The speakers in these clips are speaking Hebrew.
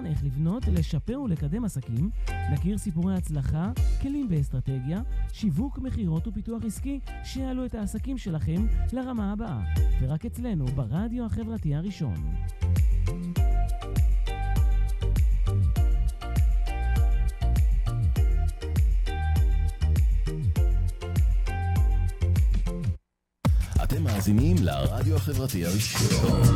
איך לבנות, לשפר ולקדם עסקים, נכיר סיפורי הצלחה, כלים ואסטרטגיה, שיווק, מחירות ופיתוח עסקי שיעלו את העסקים שלכם לרמה הבאה, ורק אצלנו ברדיו החברתי הראשון. אתם מאזינים לרדיו החברתי הראשון.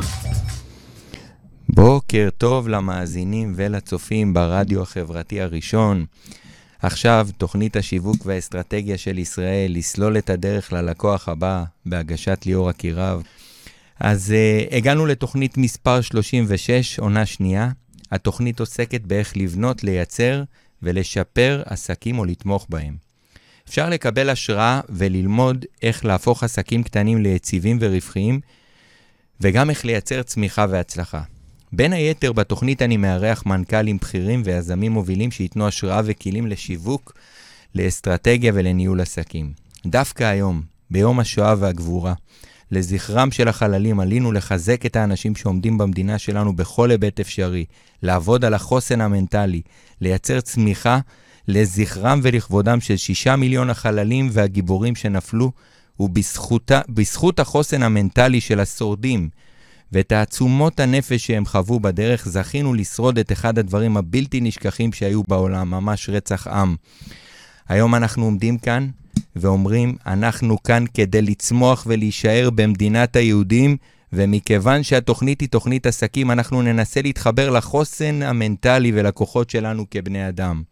בוקר טוב למאזינים ולצופים ברדיו החברתי הראשון. עכשיו תוכנית השיווק והאסטרטגיה של ישראל, לסלול את הדרך ללקוח הבא, בהגשת ליאור אקירב. אז הגענו לתוכנית מספר 36, עונה שנייה. התוכנית עוסקת באיך לבנות, לייצר ולשפר עסקים או לתמוך בהם. אפשר לקבל השראה וללמוד איך להפוך עסקים קטנים ליציבים ורווחיים, וגם איך לייצר צמיחה והצלחה. בין היתר בתוכנית אני מארח מנכ"לים בכירים ויזמים מובילים שיתנו השראה וכלים לשיווק, לאסטרטגיה ולניהול עסקים. דווקא היום, ביום השואה והגבורה, לזכרם של החללים, עלינו לחזק את האנשים שעומדים במדינה שלנו בכל היבט אפשרי, לעבוד על החוסן המנטלי, לייצר צמיחה לזכרם ולכבודם של 6 מיליון החללים והגיבורים שנפלו, ובזכות החוסן המנטלי של השורדים, ותעצומות הנפש שהם חוו בדרך, זכינו לשרוד את אחד הדברים הבלתי נשכחים שהיו בעולם, ממש רצח עם. היום אנחנו עומדים כאן ואומרים, אנחנו כאן כדי לצמוח ולהישאר במדינת היהודים, ומכיוון שהתוכנית היא תוכנית עסקים, אנחנו ננסה להתחבר לחוסן המנטלי ולכוחות שלנו כבני אדם.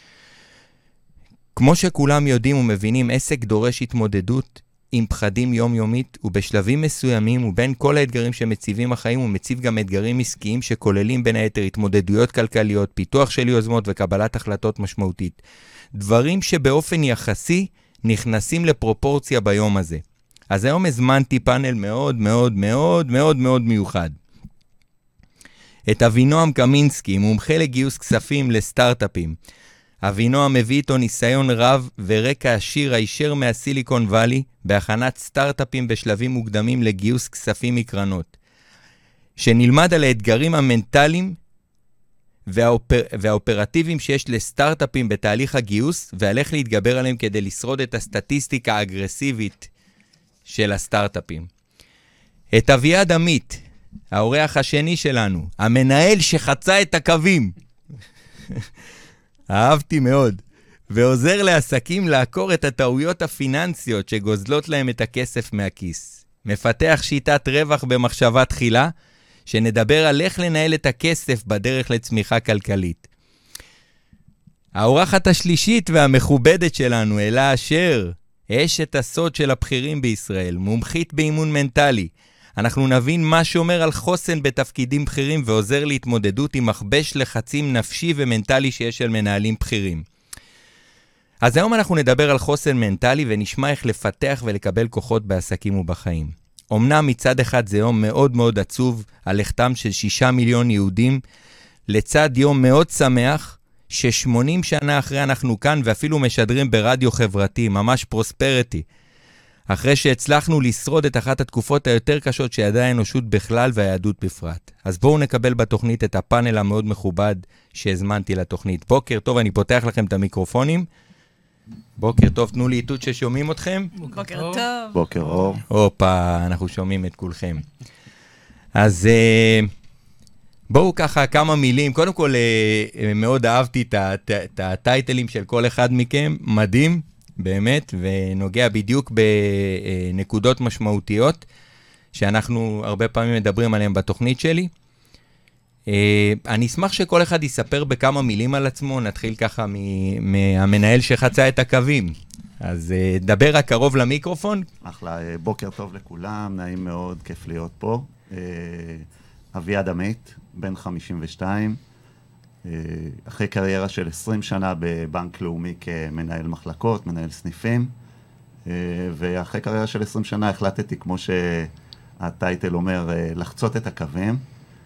כמו שכולם יודעים ומבינים, עסק דורש התמודדות עם פחדים יומיומית, ובשלבים מסוימים ובין כל האתגרים שמציבים החיים, הוא מציב גם אתגרים עסקיים שכוללים בין היתר התמודדויות כלכליות, פיתוח של יוזמות וקבלת החלטות משמעותית. דברים שבאופן יחסי נכנסים לפרופורציה ביום הזה. אז היום הזמנתי פאנל מאוד מאוד מאוד מאוד מאוד מיוחד. את אבינועם קמינסקי, מומחה לגיוס כספים לסטארט-אפים. אבינועם מביא איתו ניסיון רב ורקע עשיר הישר מהסיליקון ואלי בהכנת סטארט-אפים בשלבים מוקדמים לגיוס כספים מקרנות. שנלמד על האתגרים המנטליים והאופרטיביים שיש לסטארט-אפים בתהליך הגיוס, ועל איך להתגבר עליהם כדי לשרוד את הסטטיסטיקה האגרסיבית של הסטארט-אפים. את אביעד עמית, האורח השני שלנו, המנהל שחצה את הקווים. אהבתי מאוד. ועוזר לעסקים לעקור את הטעויות הפיננסיות שגוזלות להם את הכסף מהכיס. מפתח שיטת רווח במחשבה תחילה, שנדבר על איך לנהל את הכסף בדרך לצמיחה כלכלית. האורחת השלישית והמכובדת שלנו, אלה אשר, אשת הסוד של הבכירים בישראל, מומחית באימון מנטלי. אנחנו נבין מה שאומר על חוסן בתפקידים בכירים ועוזר להתמודדות עם מכבש לחצים נפשי ומנטלי שיש של מנהלים בכירים. אז היום אנחנו נדבר על חוסן מנטלי ונשמע איך לפתח ולקבל כוחות בעסקים ובחיים. אמנם מצד אחד זה יום מאוד מאוד עצוב על לכתם של 6 מיליון יהודים, לצד יום מאוד שמח ש80 שנה אחרי אנחנו כאן ואפילו משדרים ברדיו חברתי, ממש פרוספריטי. אחרי שהצלחנו לשרוד את אחת התקופות היותר קשות שידעה האנושות בכלל והיהדות בפרט. אז בואו נקבל בתוכנית את הפאנל המאוד מכובד שהזמנתי לתוכנית. בוקר טוב, אני פותח לכם את המיקרופונים. בוקר טוב, תנו לי איתות ששומעים אתכם. בוקר טוב. בוקר אור. הופה, אנחנו שומעים את כולכם. אז בואו ככה כמה מילים. קודם כל, מאוד אהבתי את הטייטלים של כל אחד מכם. מדהים. באמת, ונוגע בדיוק בנקודות משמעותיות, שאנחנו הרבה פעמים מדברים עליהן בתוכנית שלי. אני אשמח שכל אחד יספר בכמה מילים על עצמו, נתחיל ככה מהמנהל שחצה את הקווים. אז דבר רק קרוב למיקרופון. אחלה, בוקר טוב לכולם, נעים מאוד, כיף להיות פה. אביעד עמית, בן 52, אחרי קריירה של 20 שנה בבנק לאומי כמנהל מחלקות, מנהל סניפים, ואחרי קריירה של 20 שנה החלטתי, כמו שהטייטל אומר, לחצות את הקווים,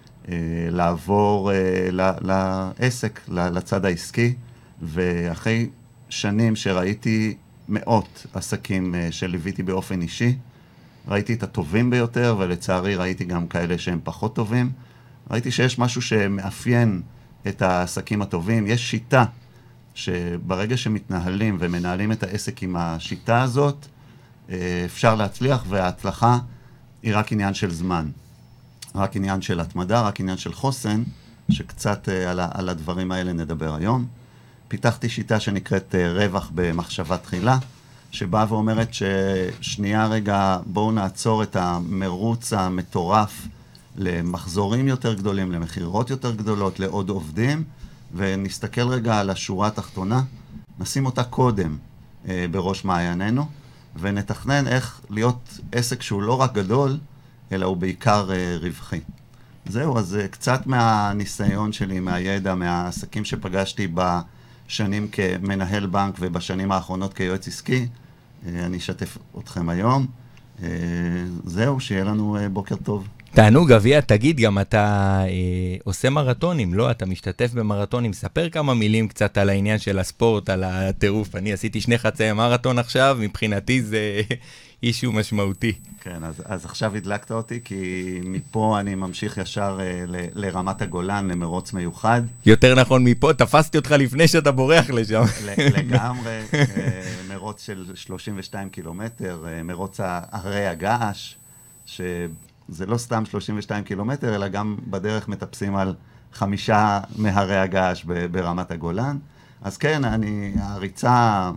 לעבור לעסק, לצד העסקי, ואחרי שנים שראיתי מאות עסקים שליוויתי באופן אישי, ראיתי את הטובים ביותר, ולצערי ראיתי גם כאלה שהם פחות טובים. ראיתי שיש משהו שמאפיין את העסקים הטובים. יש שיטה שברגע שמתנהלים ומנהלים את העסק עם השיטה הזאת, אפשר להצליח, וההצלחה היא רק עניין של זמן. רק עניין של התמדה, רק עניין של חוסן, שקצת על הדברים האלה נדבר היום. פיתחתי שיטה שנקראת רווח במחשבה תחילה, שבאה ואומרת ששנייה רגע בואו נעצור את המרוץ המטורף למחזורים יותר גדולים, למחירות יותר גדולות, לעוד עובדים, ונסתכל רגע על השורה התחתונה, נשים אותה קודם בראש מעייננו, ונתכנן איך להיות עסק שהוא לא רק גדול, אלא הוא בעיקר רווחי. זהו, אז קצת מהניסיון שלי, מהידע, מהעסקים שפגשתי בשנים כמנהל בנק ובשנים האחרונות כיועץ עסקי, אני אשתף אתכם היום. זהו, שיהיה לנו בוקר טוב. תענוג, אביה, תגיד, גם אתה עושה מרתונים, לא? אתה משתתף במרתונים. ספר כמה מילים קצת על העניין של הספורט, על הטירוף. אני עשיתי 2 חצאי מרתון עכשיו, מבחינתי זה אישו משמעותי. כן, אז עכשיו הדלקת אותי, כי מפה אני ממשיך ישר לרמת הגולן, למרוץ מיוחד. יותר נכון מפה, תפסתי אותך לפני שאתה בורח לשם. לגמרי, מרוץ של 32 קילומטר, מרוץ הרי הגעש, שזה לא סתם 32 קילומטר, אלא גם בדרך מטפסים על 5 מהרי הגעש ברמת הגולן. אז כן, הריצה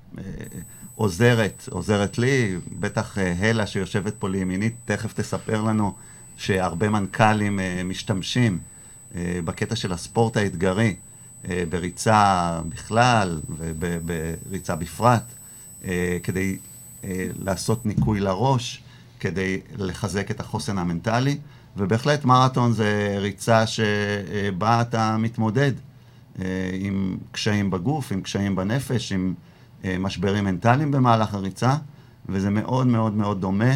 עוזרת לי, בטח הלה שיושבת פה לימינית, תכף תספר לנו שהרבה מנכ"לים משתמשים בקטע של הספורט האתגרי, בריצה בכלל ובריצה בפרט, כדי לעשות ניקוי לראש, כדי לחזק את החוסן המנטלי, ובהחלט מרתון זה ריצה שבה אתה מתמודד עם קשיים בגוף, עם קשיים בנפש, עם משברים מנטליים במהלך הריצה, וזה מאוד מאוד מאוד דומה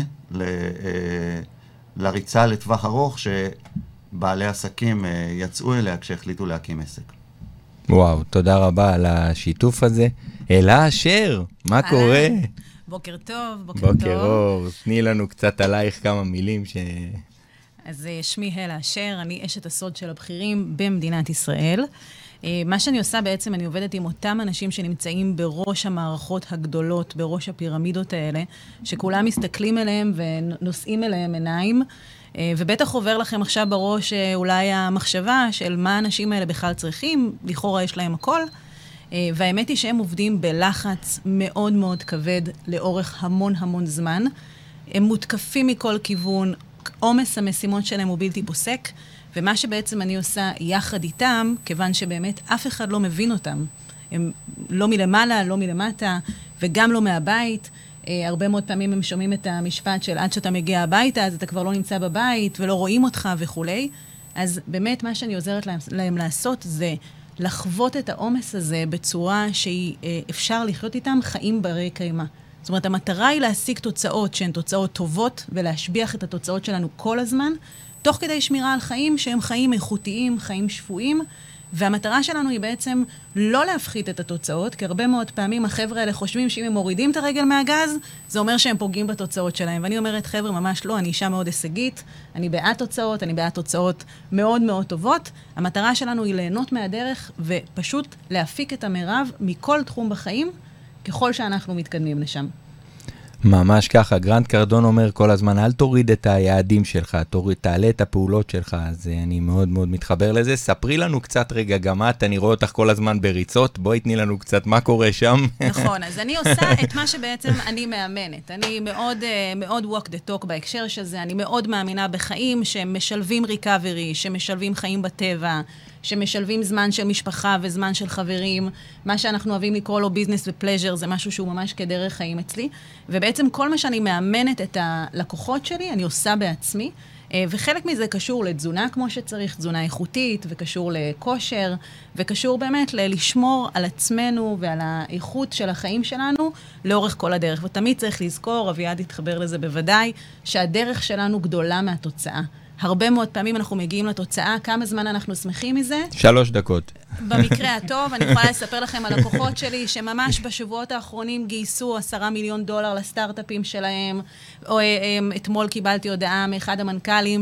לריצה לטווח ארוך שבעלי עסקים יצאו אליה כשהחליטו להקים עסק. וואו, תודה רבה על השיתוף הזה. אלה אשר, מה קורה? בוקר טוב, בוקר טוב. בוקר אור, תני לנו קצת עלייך כמה מילים אז שמי הלה אשר, אני אשת הסוד של הבכירים במדינת ישראל. מה שאני עושה בעצם, אני עובדת עם אותם אנשים שנמצאים בראש המערכות הגדולות, בראש הפירמידות האלה, שכולם מסתכלים אליהם ונושאים אליהם עיניים, ובטח עובר לכם עכשיו בראש אולי המחשבה של מה האנשים האלה בכלל צריכים, לכאורה יש להם הכל, והאמת היא שהם עובדים בלחץ מאוד מאוד כבד לאורך המון המון זמן, הם מותקפים מכל כיוון, עומס המשימות שלהם הוא בלתי פוסק, ומה שבעצם אני עושה יחד איתם, כיוון שבאמת אף אחד לא מבין אותם. הם לא מלמעלה, לא מלמטה, וגם לא מהבית. הרבה מאוד פעמים הם שומעים את המשפט של עד שאתה מגיע הביתה, אז אתה כבר לא נמצא בבית, ולא רואים אותך וכולי. אז באמת מה שאני עוזרת להם לעשות זה לחוות את העומס הזה בצורה שהיא אפשר לחיות איתם חיים ברי קיימא. זאת אומרת, המטרה היא להשיג תוצאות שהן תוצאות טובות, ולהשביח את התוצאות שלנו כל הזמן, תוך כדי שמירה על חיים שהם חיים איכותיים, חיים שפויים, והמטרה שלנו היא בעצם לא להפחית את התוצאות, כי הרבה מאוד פעמים החבר'ה האלה חושבים שאם הם מורידים את הרגל מהגז, זה אומר שהם פוגעים בתוצאות שלהם. ואני אומרת, חבר'ה, ממש לא, אני אישה מאוד הישגית, אני בעד תוצאות, אני בעד תוצאות מאוד מאוד טובות. המטרה שלנו היא ליהנות מהדרך ופשוט להפיק את המרב מכל תחום בחיים, ככל שאנחנו מתקדמים לשם. ממש ככה, גרנט קרדון אומר כל הזמן, אל תוריד את היעדים שלך, תעלה את הפעולות שלך, אז אני מאוד מאוד מתחבר לזה. ספרי לנו קצת רגע, גם אני רואה אותך כל הזמן בריצות, בואי תני לנו קצת מה קורה שם. נכון, אז אני עושה את מה שבעצם אני מאמנת. אני מאוד walk the talk בהקשר שזה, אני מאוד מאמינה בחיים שמשלבים recovery, שמשלבים חיים בטבע, שמשלבים זמן של משפחה וזמן של חברים, מה שאנחנו אוהבים לקרוא לו ביזנס ופלז'ר, זה משהו שהוא ממש כדרך חיים אצלי, ובעצם כל מה שאני מאמנת את הלקוחות שלי, אני עושה בעצמי, וחלק מזה קשור לתזונה כמו שצריך, תזונה איכותית, וקשור לכושר, וקשור באמת לשמור על עצמנו ועל האיכות של החיים שלנו לאורך כל הדרך. ותמיד צריך לזכור, אביעד יתחבר לזה בוודאי, שהדרך שלנו גדולה מהתוצאה. הרבה מאוד פעמים אנחנו מגיעים לתוצאה, כמה זמן אנחנו שמחים מזה? 3 דקות. במקרה הטוב, אני יכולה לספר לכם על לקוחות שלי, שממש בשבועות האחרונים גייסו $10 מיליון לסטארט-אפים שלהם, או אתמול קיבלתי הודעה מאחד המנכ"לים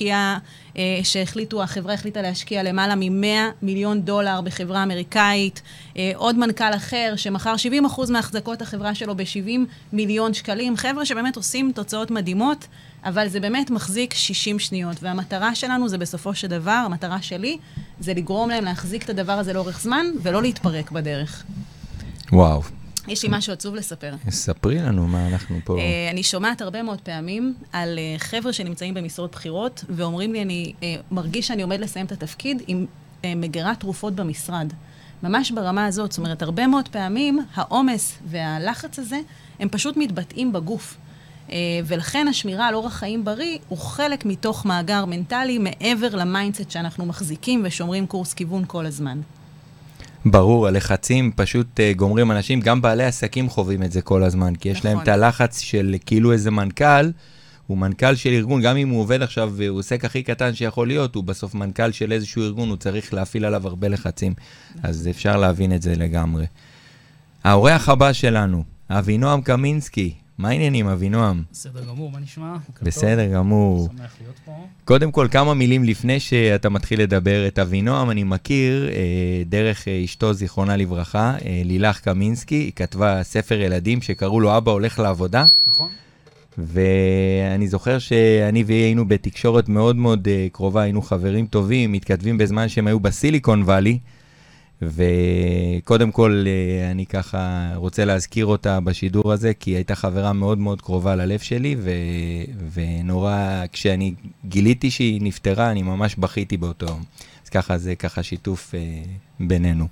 החברה החליטה להשקיע למעלה $100 מיליון בחברה אמריקאית, עוד מנכ"ל אחר שמכר 70% מהחזקות החברה שלו ב$70 מיליון, חבר'ה שבאמת עושים תוצאות מדהימות, אבל זה באמת מחזיק 60 שניות, והמטרה שלנו זה בסופו של דבר, המטרה שלי, זה לגרום להם להחזיק את הדבר הזה לאורך זמן, ולא להתפרק בדרך. וואו. יש לי משהו עצוב לספר. ספרי לנו מה אנחנו פה. אני שומעת הרבה מאוד פעמים על חבר'ה שנמצאים במשרות בחירות, ואומרים לי, אני מרגיש שאני עומד לסיים את התפקיד עם מגירת תרופות במשרד. ממש ברמה הזאת, זאת אומרת, הרבה מאוד פעמים, העומס והלחץ הזה, הם פשוט מתבטאים בגוף. ולכן השמירה על אורח חיים בריא הוא חלק מתוך מאגר מנטלי מעבר למיינדסט שאנחנו מחזיקים ושומרים קורס כיוון כל הזמן. ברור, הלחצים פשוט גומרים אנשים, גם בעלי עסקים חווים את זה כל הזמן, כי יש להם את הלחץ של כאילו איזה מנכ"ל, הוא מנכ"ל של ארגון, גם אם הוא עובד עכשיו והוא עוסק הכי קטן שיכול להיות, הוא בסוף מנכ"ל של איזשהו ארגון, הוא צריך להפעיל עליו הרבה לחצים, אז אפשר להבין את זה לגמרי. האורח הבא שלנו, אבינועם קמינסקי, מה העניינים, אבינועם? בסדר גמור, מה נשמע? בסדר גמור. שמח להיות פה. קודם כל, כמה מילים לפני שאתה מתחיל לדבר. את אבינועם אני מכיר דרך אשתו זיכרונה לברכה, לילך קמינסקי, היא כתבה ספר ילדים שקראו לו אבא הולך לעבודה. נכון. ואני זוכר שאני והיא היינו בתקשורת מאוד מאוד קרובה, היינו חברים טובים, מתכתבים בזמן שהם היו בסיליקון ואלי, וקודם כל אני ככה רוצה להזכיר אותה בשידור הזה, כי היא הייתה חברה מאוד מאוד קרובה ללב שלי, ונורא, כשאני גיליתי שהיא נפטרה, אני ממש בכיתי באותו יום. אז ככה זה ככה שיתוף בינינו.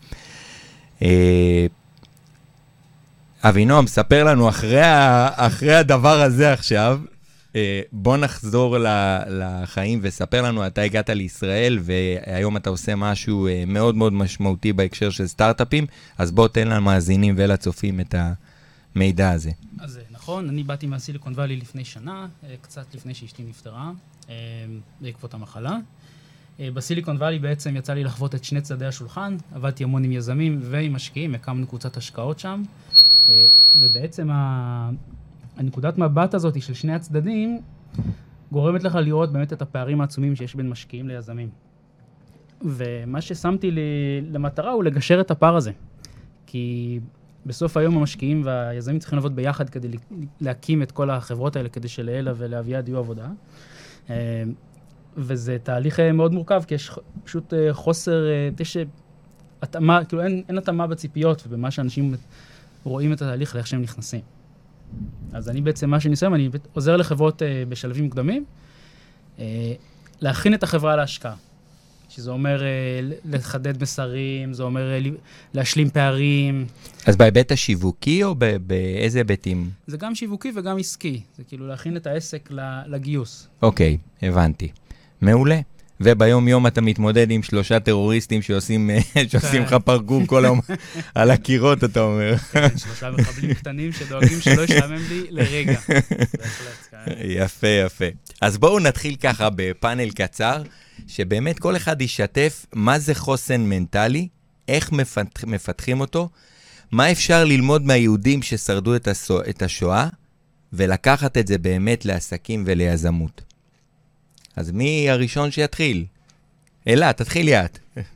אבינועם, ספר לנו אחרי הדבר הזה עכשיו, בוא נחזור לחיים וספר לנו, אתה הגעת לישראל והיום אתה עושה משהו מאוד מאוד משמעותי בהקשר של סטארט-אפים, אז בוא תן לנו מאזינים ולצופים את המידע הזה. אז נכון, אני באתי מהסיליקון ואלי לפני שנה, קצת לפני שאשתי נפטרה, בעקבות המחלה. בסיליקון ואלי בעצם יצא לי לחוות את שני צדדי השולחן, עבדתי המון עם יזמים ועם משקיעים, הקמנו קבוצת השקעות שם, ובעצם הנקודת מבט הזאת של שני הצדדים גורמת לך לראות באמת את הפערים העצומים שיש בין משקיעים ליזמים. ומה ששמתי לי למטרה הוא לגשר את הפער הזה. כי בסוף היום המשקיעים והיזמים צריכים לעבוד ביחד כדי להקים את כל החברות האלה, כדי שלאלה ולאביעד יהיו עבודה. וזה תהליך מאוד מורכב, כי יש פשוט חוסר, יש התאמה, כאילו אין התאמה בציפיות ובמה שאנשים רואים את התהליך לאיך שהם נכנסים. אז אני בעצם, מה שאני עושה, אני עוזר לחברות בשלבים מוקדמים, להכין את החברה להשקעה. שזה אומר לחדד מסרים, זה אומר להשלים פערים. אז בהיבט השיווקי או באיזה היבטים? זה גם שיווקי וגם עסקי. זה כאילו להכין את העסק לגיוס. אוקיי, הבנתי. מעולה. וביום יום אתה מתמודד עם 3 טרוריסטים שעושים לך פרגור כל היום על הקירות, אתה אומר. 3 מחבלים קטנים שדואגים שלא ישתעמם לי לרגע. יפה, יפה. אז בואו נתחיל ככה בפאנל קצר, שבאמת כל אחד ישתף מה זה חוסן מנטלי, איך מפתחים אותו, מה אפשר ללמוד מהיהודים ששרדו את השואה, ולקחת את זה באמת לעסקים וליזמות. אז מי הראשון שיתחיל? אלה, תתחילי את.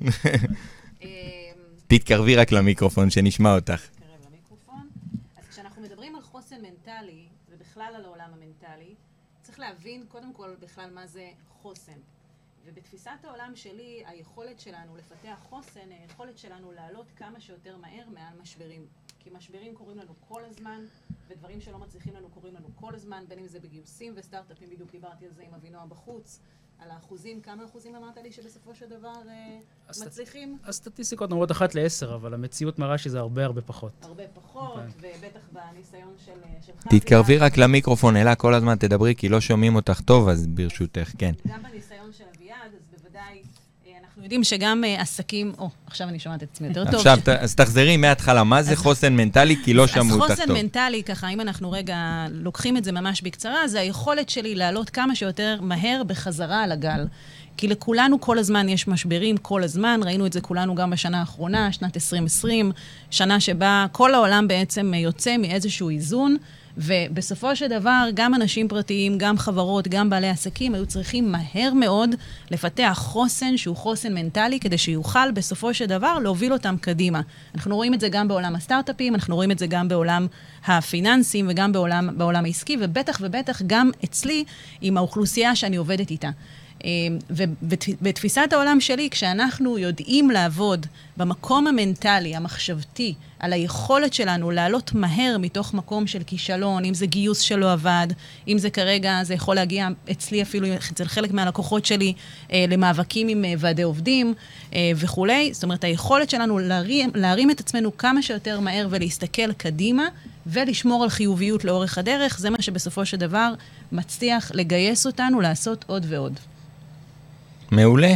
תתקרבי רק למיקרופון שנשמע אותך. תתקרב למיקרופון. אז כשאנחנו מדברים על חוסן מנטלי, ובכלל על העולם המנטלי, צריך להבין קודם כל בכלל מה זה חוסן. ובתפיסת העולם שלי, היכולת שלנו לפתח חוסן, היכולת שלנו לעלות כמה שיותר מהר מעל משברים. כי משברים קורים לנו כל הזמן, ודברים שלא מצליחים לנו קורים לנו כל הזמן, בין אם זה בגיוסים וסטארט-אפים, בדיוק דיברתי על זה עם אבינועם בחוץ, על האחוזים, כמה אחוזים אמרת לי שבסופו של דבר מצליחים? הסטטיסטיקות אומרות 1 ל-10, אבל המציאות מראה שזה הרבה פחות. הרבה פחות, ובטח בניסיון שלך. תתקרבי רק למיקרופון, אלה, כל הזמן תדברי, כי לא שומעים אותך טוב, אז ברשותך, כן. גם בניסיון של אביעד, אז בוודאי אנחנו יודעים שגם עסקים, עכשיו אני שומעת את עצמי יותר טוב. עכשיו, אז תחזרי מההתחלה, מה זה חוסן מנטלי? כי לא שמעו אותך טוב. אז חוסן מנטלי, ככה, אם אנחנו רגע לוקחים את זה ממש בקצרה, זה היכולת שלי לעלות כמה שיותר מהר בחזרה על הגל. כי לכולנו כל הזמן יש משברים, כל הזמן, ראינו את זה כולנו גם בשנה האחרונה, שנת 2020, שנה שבה כל העולם בעצם יוצא מאיזשהו איזון, ובסופו של דבר, גם אנשים פרטיים, גם חברות, גם בעלי עסקים, היו צריכים מהר מאוד לפתח חוסן, שהוא חוסן מנטלי, כדי שיוכל בסופו של דבר להוביל אותם קדימה. אנחנו רואים את זה גם בעולם הסטארט-אפים, אנחנו רואים את זה גם בעולם הפיננסים, וגם בעולם העסקי, ובטח ובטח גם אצלי, עם האוכלוסייה שאני עובדת איתה. ובתפיסת העולם שלי, כשאנחנו יודעים לעבוד במקום המנטלי, המחשבתי, על היכולת שלנו לעלות מהר מתוך מקום של כישלון, אם זה גיוס שלא עבד, אם זה כרגע, זה יכול להגיע אצלי אפילו, אצל חלק מהלקוחות שלי, למאבקים עם ועדי עובדים וכו'. זאת אומרת, היכולת שלנו להרים את עצמנו כמה שיותר מהר ולהסתכל קדימה, ולשמור על חיוביות לאורך הדרך, זה מה שבסופו של דבר מצליח לגייס אותנו לעשות עוד ועוד. מעולה.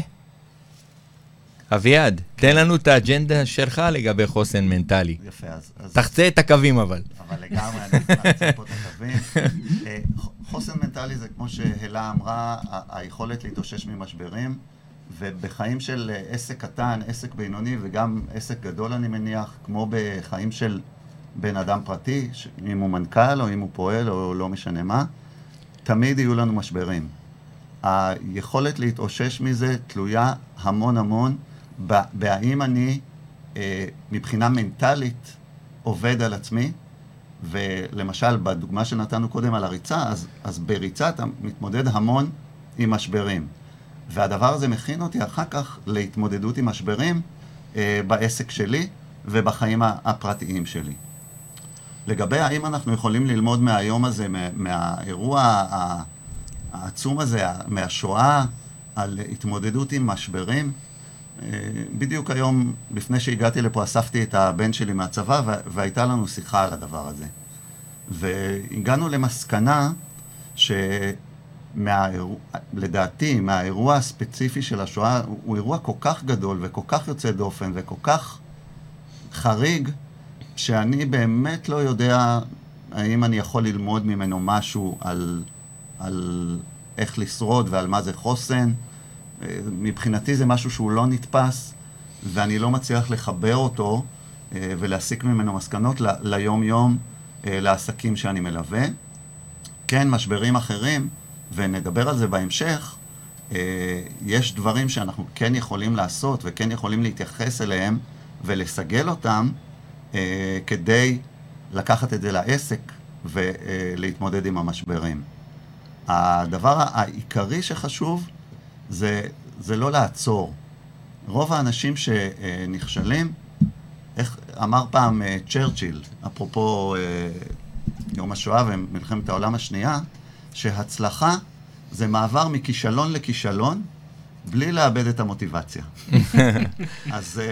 אביעד, תן לנו את האג'נדה שלך לגבי חוסן מנטלי. יפה, אז... תחצה את הקווים אבל. אבל לגמרי, אני מחצה פה את הקווים. חוסן מנטלי זה כמו שהלה אמרה, היכולת להתאושש ממשברים, ובחיים של עסק קטן, עסק בינוני, וגם עסק גדול אני מניח, כמו בחיים של בן אדם פרטי, אם הוא מנכ"ל או אם הוא פועל או לא משנה מה, תמיד יהיו לנו משברים. היכולת להתאושש מזה תלויה המון המון בהאם אני מבחינה מנטלית עובד על עצמי, ולמשל בדוגמה שנתנו קודם על הריצה, אז בריצה אתה מתמודד המון עם משברים, והדבר הזה מכין אותי אחר כך להתמודדות עם משברים בעסק שלי ובחיים הפרטיים שלי. לגבי האם אנחנו יכולים ללמוד מהיום הזה, מהאירוע העצום הזה, מהשואה, על התמודדות עם משברים. בדיוק היום, לפני שהגעתי לפה, אספתי את הבן שלי מהצבא, והייתה לנו שיחה על הדבר הזה. והגענו למסקנה לדעתי, מהאירוע הספציפי של השואה, הוא אירוע כל כך גדול וכל כך יוצא דופן וכל כך חריג, שאני באמת לא יודע האם אני יכול ללמוד ממנו משהו על איך לשרוד ועל מה זה חוסן. מבחינתי זה משהו שהוא לא נתפס, ואני לא מצליח לחבר אותו ולהסיק ממנו מסקנות ליום-יום, לעסקים שאני מלווה. כן, משברים אחרים, ונדבר על זה בהמשך, יש דברים שאנחנו כן יכולים לעשות וכן יכולים להתייחס אליהם ולסגל אותם, כדי לקחת את זה לעסק ולהתמודד עם המשברים. הדבר העיקרי שחשוב זה לא לעצור. רוב האנשים שנכשלים, איך אמר פעם צ'רצ'יל, אפרופו יום השואה ומלחמת העולם השנייה, שהצלחה זה מעבר מכישלון לכישלון, בלי לאבד את המוטיבציה. אז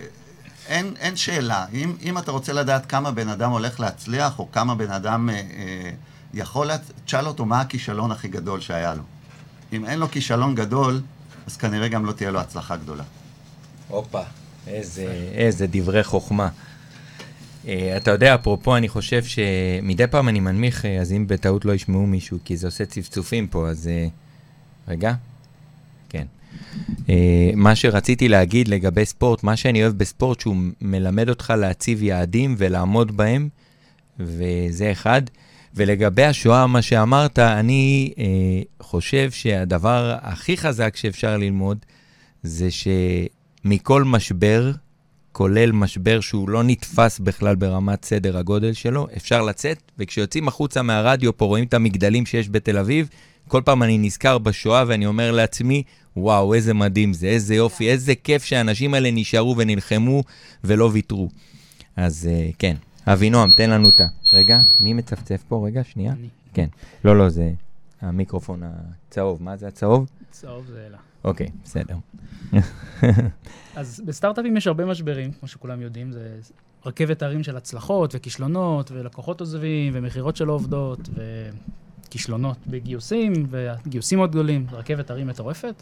אין שאלה. אם אתה רוצה לדעת כמה בן אדם הולך להצליח, או כמה בן אדם יכול, תשאל אותו מה הכישלון הכי גדול שהיה לו. אם אין לו כישלון גדול, אז כנראה גם לא תהיה לו הצלחה גדולה. הופה, איזה דברי חוכמה. אתה יודע, אפרופו, אני חושב שמדי פעם אני מנמיך, אז אם בטעות לא ישמעו מישהו, כי זה עושה צפצופים פה, אז רגע. כן. מה שרציתי להגיד לגבי ספורט, מה שאני אוהב בספורט, שהוא מלמד אותך להציב יעדים ולעמוד בהם, וזה אחד. ולגבי השואה, מה שאמרת, אני חושב שהדבר הכי חזק שאפשר ללמוד, זה שמכל משבר, כולל משבר שהוא לא נתפס בכלל ברמת סדר הגודל שלו, אפשר לצאת, וכשיוצאים החוצה מהרדיו פה, רואים את המגדלים שיש בתל אביב, כל פעם אני נזכר בשואה ואני אומר לעצמי, וואו, איזה מדהים זה, איזה יופי, איזה כיף שהאנשים האלה נשארו ונלחמו ולא ויתרו. אז כן, אבינועם, תן לנו את רגע, מי מצפצף פה? רגע, שנייה. אני. כן, לא, זה המיקרופון הצהוב. מה זה הצהוב? צהוב זה אלה. אוקיי, בסדר. אז בסטארט-אפים יש הרבה משברים, כמו שכולם יודעים, זה רכבת הרים של הצלחות וכישלונות, ולקוחות עוזבים, ומחירות שלא עובדות, וכישלונות בגיוסים, וגיוסים מאוד גדולים, רכבת הרים מטורפת.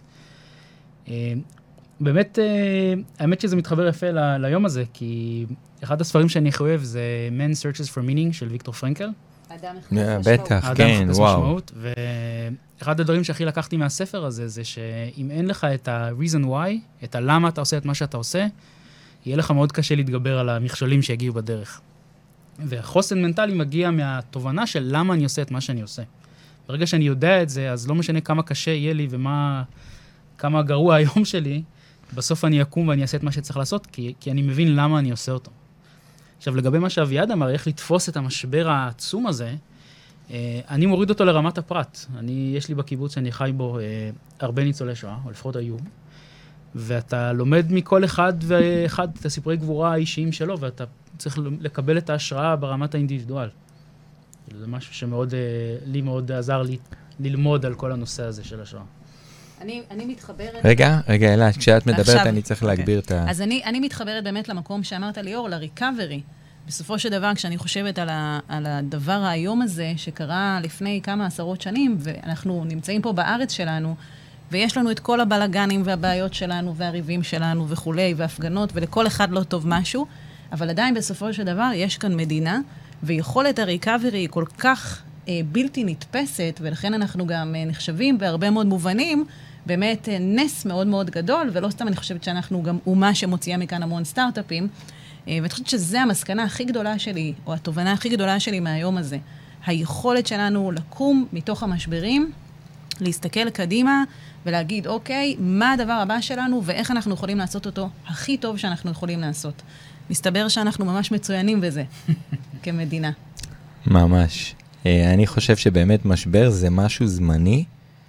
באמת, האמת שזה מתחבר יפה ליום הזה, כי אחד הספרים שאני חייב זה Man Searches for Meaning של ויקטור פרנקל. האדם מחפש בטח, כן, וואו. ואחד הדברים שהכי לקחתי מהספר הזה, זה שאם אין לך את ה-reason why, את הלמה אתה עושה את מה שאתה עושה, יהיה לך מאוד קשה להתגבר על המכשולים שהגיעו בדרך. והחוסן מנטלי מגיע מהתובנה של למה אני עושה את מה שאני עושה. ברגע שאני יודע את זה, אז לא משנה כמה קשה יהיה לי כמה גרוע היום שלי, בסוף אני אקום ואני אעשה את מה שצריך לעשות, כי אני מבין למה אני עושה אותו. עכשיו, לגבי מה שאביעד אמר, איך לתפוס את המשבר העצום הזה, אני מוריד אותו לרמת הפרט. יש לי בקיבוץ שאני חי בו הרבה ניצולי שואה, או לפחות היו, ואתה לומד מכל אחד ואחד את הסיפורי גבורה האישיים שלו, ואתה צריך לקבל את ההשראה ברמת האינדיבידואל. זה משהו שמאוד, לי מאוד עזר לי ללמוד על כל הנושא הזה של השואה. אני מתחברת... רגע, אלה, כשאת מדברת אני צריך להגביר את ה... אז אני מתחברת באמת למקום שאמרת ליאור, לריקאברי. בסופו של דבר, כשאני חושבת על הדבר היום הזה, שקרה לפני כמה עשרות שנים, ואנחנו נמצאים פה בארץ שלנו, ויש לנו את כל הבלגנים והבעיות שלנו, והריבים שלנו וכולי, והפגנות, ולכל אחד לא טוב משהו, אבל עדיין בסופו של דבר יש כאן מדינה, ויכולת הריקאברי היא כל כך בלתי נתפסת, ולכן אנחנו גם נחשבים בהרבה מאוד מובנים, באמת נס מאוד מאוד גדול, ולא סתם אני חושבת שאנחנו גם אומה שמוציאה מכאן המון סטארט-אפים, ואני חושבת שזה המסקנה הכי גדולה שלי, או התובנה הכי גדולה שלי מהיום הזה. היכולת שלנו לקום מתוך המשברים, להסתכל קדימה ולהגיד, אוקיי, מה הדבר הבא שלנו ואיך אנחנו יכולים לעשות אותו הכי טוב שאנחנו יכולים לעשות. מסתבר שאנחנו ממש מצוינים בזה, כמדינה. ממש. אני חושב שבאמת משבר זה משהו זמני,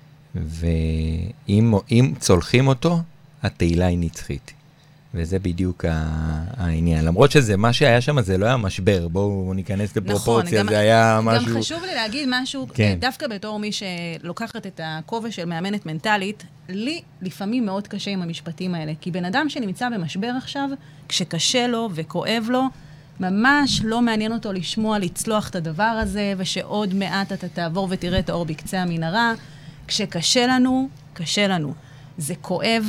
ואם צולחים אותו, התהילה היא נצחית. וזה בדיוק העניין. למרות שזה, מה שהיה שם, זה לא היה משבר. בואו ניכנס לפרופורציה, זה היה משהו... גם חשוב לי להגיד משהו, דווקא בתור מי שלוקחת את הכובע של מאמנת מנטלית, לי לפעמים מאוד קשה עם המשפטים האלה. כי בן אדם שנמצא במשבר עכשיו, כשקשה לו וכואב לו, ממש לא מעניין אותו לשמוע, לצלוח את הדבר הזה, ושעוד מעט אתה תעבור ותראה את האור בקצה המנהרה. כשקשה לנו, קשה לנו. זה כואב,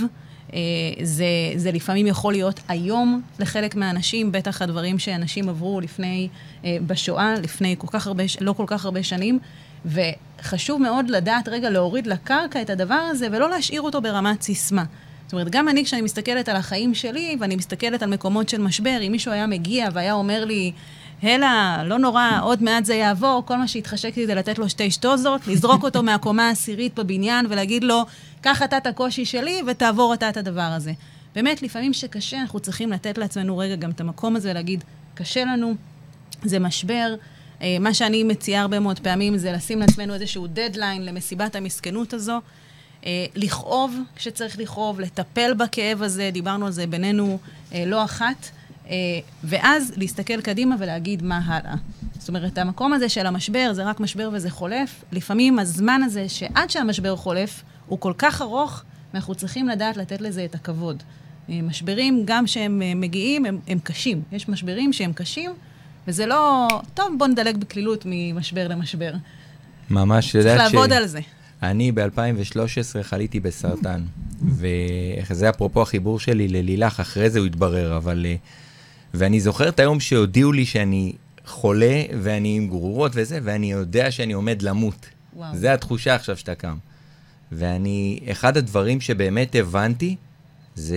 זה לפעמים יכול להיות היום לחלק מהאנשים, בטח הדברים שאנשים עברו לפני, בשואה, לפני לא כל כך הרבה שנים, וחשוב מאוד לדעת רגע להוריד לקרקע את הדבר הזה, ולא להשאיר אותו ברמת סיסמה. זאת אומרת, גם אני כשאני מסתכלת על החיים שלי, ואני מסתכלת על מקומות של משבר, אם מישהו היה מגיע והיה אומר לי, הלה, לא נורא, עוד מעט זה יעבור, כל מה שהתחשק לי זה לתת לו 2 שטוזות, לזרוק אותו מהקומה העשירית בבניין ולהגיד לו, קח אתה את הקושי שלי ותעבור אתה את הדבר הזה. באמת, לפעמים שקשה, אנחנו צריכים לתת לעצמנו רגע גם את המקום הזה ולהגיד, קשה לנו, זה משבר. מה שאני מציעה הרבה מאוד פעמים זה לשים לעצמנו איזשהו דדליין למסיבת המסכנות הזו, לכאוב כשצריך לכאוב, לטפל בכאב הזה, דיברנו על זה בינינו לא אחת, ואז להסתכל קדימה ולהגיד מה הלאה. זאת אומרת, המקום הזה של המשבר זה רק משבר וזה חולף. לפעמים הזמן הזה שעד שהמשבר חולף הוא כל כך ארוך, ואנחנו צריכים לדעת לתת לזה את הכבוד. משברים, גם שהם מגיעים, הם קשים. יש משברים שהם קשים, וזה לא... טוב, בוא נדלג בכלילות ממשבר למשבר. ממש, צריך לעבוד על זה. אני ב-2013 חליתי בסרטן, וזה אפרופו החיבור שלי ללילך, אחרי זה הוא התברר, אבל... ואני זוכר את היום שהודיעו לי שאני חולה, ואני עם גרורות וזה, ואני יודע שאני עומד למות. וואו. זה התחושה עכשיו שאתה קם. ואני, אחד הדברים שבאמת הבנתי, זה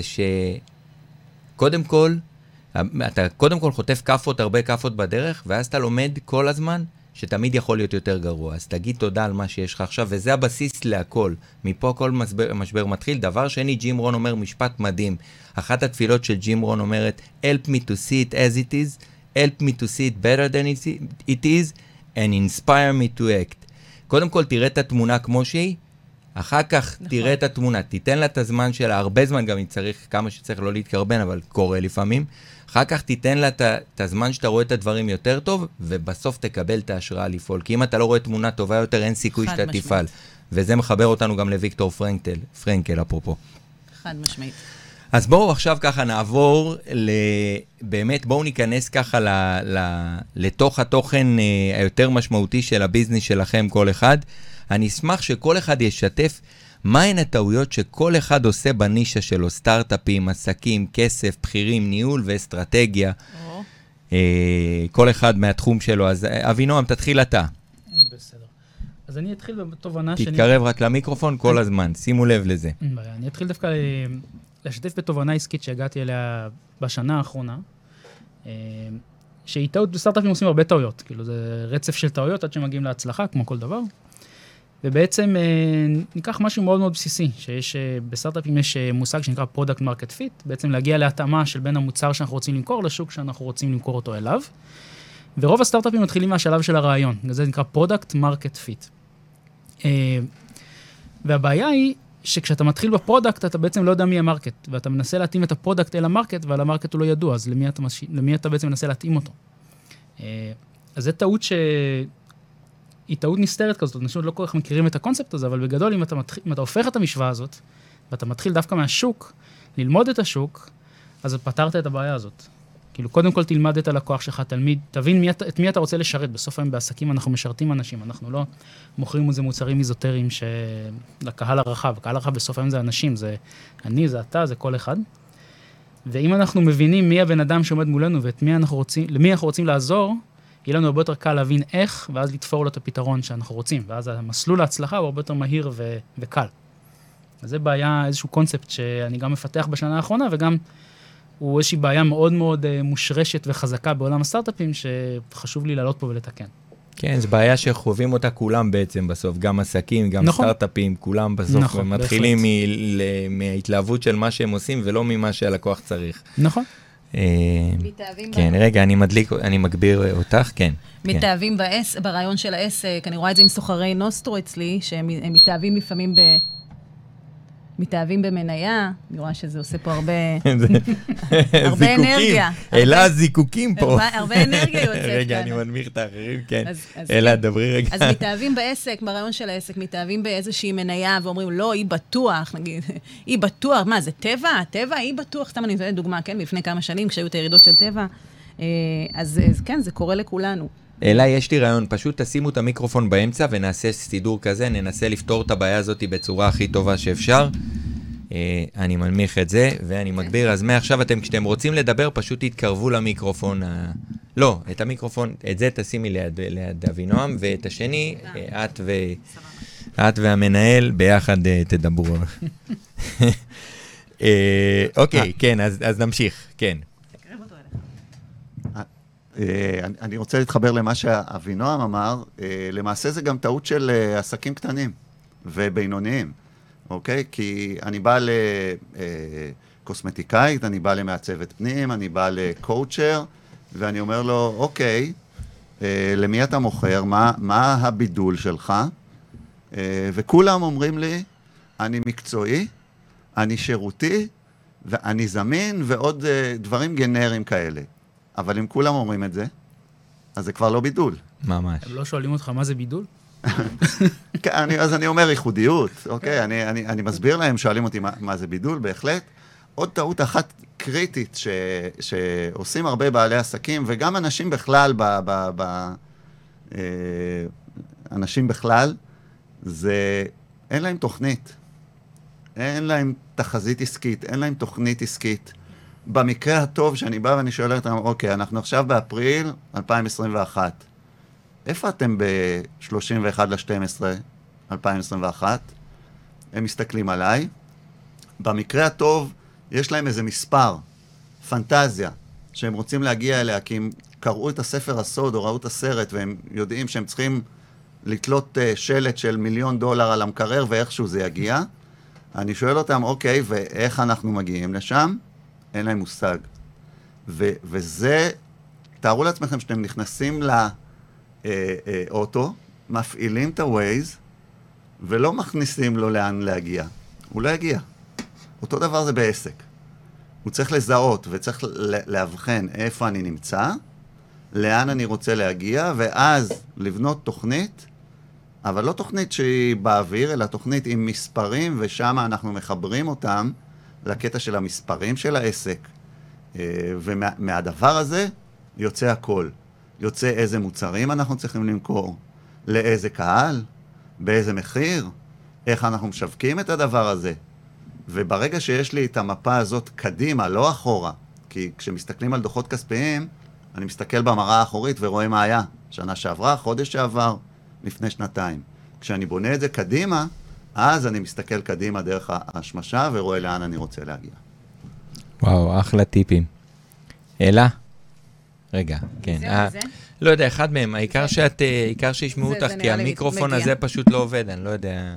שקודם כל, אתה קודם כל חוטף כפות, הרבה כפות בדרך, ואז אתה לומד כל הזמן, שתמיד יכול להיות יותר גרוע. אז תגיד תודה על מה שיש לך עכשיו, וזה הבסיס להכל. מפה כל משבר מתחיל. דבר שני, ג'ים רון אומר משפט מדהים. אחת התפילות של ג'ים רון אומרת, help me to see it as it is, help me to see it better than it is, and inspire me to act. קודם כל תראה את התמונה כמו שהיא, אחר כך תראה את התמונה, תיתן לה את הזמן שלה, הרבה זמן גם אם צריך, כמה שצריך לא להתקרבן, אבל קורה לפעמים. אחר כך תיתן לה את הזמן שאתה רואה את הדברים יותר טוב, ובסוף תקבל את ההשראה לפעול. כי אם אתה לא רואה תמונה טובה יותר, אין סיכוי שאתה תפעל. וזה מחבר אותנו גם לוויקטור פרנקל, אפרופו. חד משמעית. אז בואו עכשיו ככה נעבור, באמת בואו ניכנס ככה לתוך התוכן היותר משמעותי של הביזנס שלכם כל אחד. אני אשמח שכל אחד ישתף מהן הטעויות שכל אחד עושה בנישה שלו, סטארט-אפים, עסקים, כסף, בחירים, ניהול ואסטרטגיה. כל אחד מהתחום שלו. אז אבינועם, תתחיל אתה. בסדר. אז אני אתחיל בתובנה תתקרב רק למיקרופון כל הזמן, שימו לב לזה. אני אתחיל דווקא לשתף בתובנה עסקית שהגעתי אליה בשנה האחרונה, שהיא טעות, בסטארט-אפים עושים הרבה טעויות, כאילו זה רצף של טעויות עד שמגיעים להצלחה, כמו כל דבר. ובעצם ניקח משהו מאוד מאוד בסיסי, שיש בסטארט-אפים יש מושג שנקרא Product Market Fit, בעצם להגיע להתאמה של בין המוצר שאנחנו רוצים למכור לשוק שאנחנו רוצים למכור אותו אליו. ורוב הסטארט-אפים מתחילים מהשלב של הרעיון, זה נקרא Product Market Fit. והבעיה היא שכשאתה מתחיל בפרודקט, אתה בעצם לא יודע מי המרקט, ואתה מנסה להתאים את הפרודקט אל המרקט, ועל המרקט הוא לא ידוע, אז למי אתה בעצם מנסה להתאים אותו? אז זו טעות היא טעות נסתרת כזאת, אנשים לא כל כך מכירים את הקונספט הזה, אבל בגדול, אם אתה הופך את המשוואה הזאת, ואתה מתחיל דווקא מהשוק, ללמוד את השוק, אז פתרת את הבעיה הזאת. כאילו, קודם כל תלמד את הלקוח שלך, תבין את מי אתה רוצה לשרת. בסוף היום בעסקים אנחנו משרתים אנשים, אנחנו לא מוכרים איזה מוצרים איזוטריים לקהל הרחב. הקהל הרחב בסוף היום זה אנשים, זה אני, זה אתה, זה כל אחד. ואם אנחנו מבינים מי הבן אדם שעומד מולנו ולמי אנחנו רוצים לעזור, יהיה לנו הרבה יותר קל להבין איך, ואז לתפור לו את הפתרון שאנחנו רוצים. ואז המסלול להצלחה הוא הרבה יותר מהיר וקל. אז זה בעיה, איזשהו קונספט שאני גם מפתח בשנה האחרונה, וגם הוא איזושהי בעיה מאוד מאוד מושרשת וחזקה בעולם הסטארט-אפים, שחשוב לי לעלות פה ולתקן. כן, זו בעיה שחווים אותה כולם בעצם בסוף, גם עסקים, גם נכון. סטארט-אפים, כולם בסוף נכון, מתחילים מההתלהבות של מה שהם עושים, ולא ממה שהלקוח צריך. נכון. כן, רגע, אני מגביר אותך, כן. מתאהבים ברעיון של העסק, אני רואה את זה עם סוחרי נוסטרו אצלי, שהם מתאהבים לפעמים מתאהבים במניה, אני רואה שזה עושה פה הרבה אנרגיה. אלה זיקוקים פה. הרבה אנרגיה יוצאת כאן. רגע, אני מנמיך את האחרים, כן. אלה, דברי רגע. אז מתאהבים בעסק, ברעיון של העסק, מתאהבים באיזושהי מניה, ואומרים, לא, היא בטוח, נגיד, היא בטוח, מה, זה טבע? טבע, היא בטוח, סתם אני נותנת דוגמה, כן, לפני כמה שנים, כשהיו את הירידות של טבע, אז כן, זה קורה לכולנו. אלא יש לי רעיון, פשוט תשימו את המיקרופון באמצע ונעשה סידור כזה, ננסה לפתור את הבעיה הזאת בצורה הכי טובה שאפשר. אני מנמיך את זה ואני מגביר, אז מעכשיו כשאתם רוצים לדבר, פשוט תתקרבו למיקרופון. לא, את המיקרופון, את זה תשימי ליד אבינועם, ואת השני, את והמנהל ביחד תדברו. אוקיי, כן, אז נמשיך, כן. אני רוצה להתחבר למה שאבינועם אמר, למעשה זה גם טעות של עסקים קטנים ובינוניים, אוקיי? כי אני בא לקוסמטיקאית, אני בא למעצבת פנים, אני בא לקואוצ'ר, ואני אומר לו, אוקיי, למי אתה מוכר? מה הבידול שלך? וכולם אומרים לי, אני מקצועי, אני שירותי, ואני זמין, ועוד דברים גנריים כאלה. אבל אם כולם אומרים את זה, אז זה כבר לא בידול. ממש. הם לא שואלים אותך מה זה בידול? אז אני אומר ייחודיות, אוקיי? אני מסביר להם, שואלים אותי מה זה בידול, בהחלט. עוד טעות אחת קריטית שעושים הרבה בעלי עסקים, וגם אנשים בכלל, אנשים בכלל, זה אין להם תוכנית. אין להם תחזית עסקית, אין להם תוכנית עסקית. במקרה הטוב שאני בא ואני שואל אותם, אוקיי, אנחנו עכשיו באפריל 2021. איפה אתם ב-31/12/2021? הם מסתכלים עליי. במקרה הטוב, יש להם איזה מספר, פנטזיה, שהם רוצים להגיע אליה, כי הם קראו את הספר הסוד או ראו את הסרט, והם יודעים שהם צריכים לתלות שלט של $1,000,000 על המקרר, ואיכשהו זה יגיע. אני שואל אותם, אוקיי, ואיך אנחנו מגיעים לשם? אין להם מושג. וזה, תארו לעצמכם שאתם נכנסים לאוטו, מפעילים את ה-Waze, ולא מכניסים לו לאן להגיע. הוא לא יגיע. אותו דבר זה בעסק. הוא צריך לזהות וצריך להבחן איפה אני נמצא, לאן אני רוצה להגיע, ואז לבנות תוכנית, אבל לא תוכנית שהיא באוויר, אלא תוכנית עם מספרים, ושם אנחנו מחברים אותם לקטע של המספרים של העסק. ומהדבר הזה יוצא הכל. יוצא איזה מוצרים אנחנו צריכים למכור, לאיזה קהל, באיזה מחיר, איך אנחנו משווקים את הדבר הזה. וברגע שיש לי את המפה הזאת קדימה, לא אחורה, כי כשמסתכלים על דוחות כספיים, אני מסתכל במראה האחורית ורואה מה היה. שנה שעברה, חודש שעבר, לפני שנתיים. כשאני בונה את זה קדימה, אז אני מסתכל קדימה דרך ההשמשה ורואה לאן אני רוצה להגיע. וואו, אחלה טיפים. אלה? רגע, כן. זה? לא יודע, אחד מהם, העיקר שישמעו אותך, כי המיקרופון הזה פשוט לא עובד, אני לא יודע.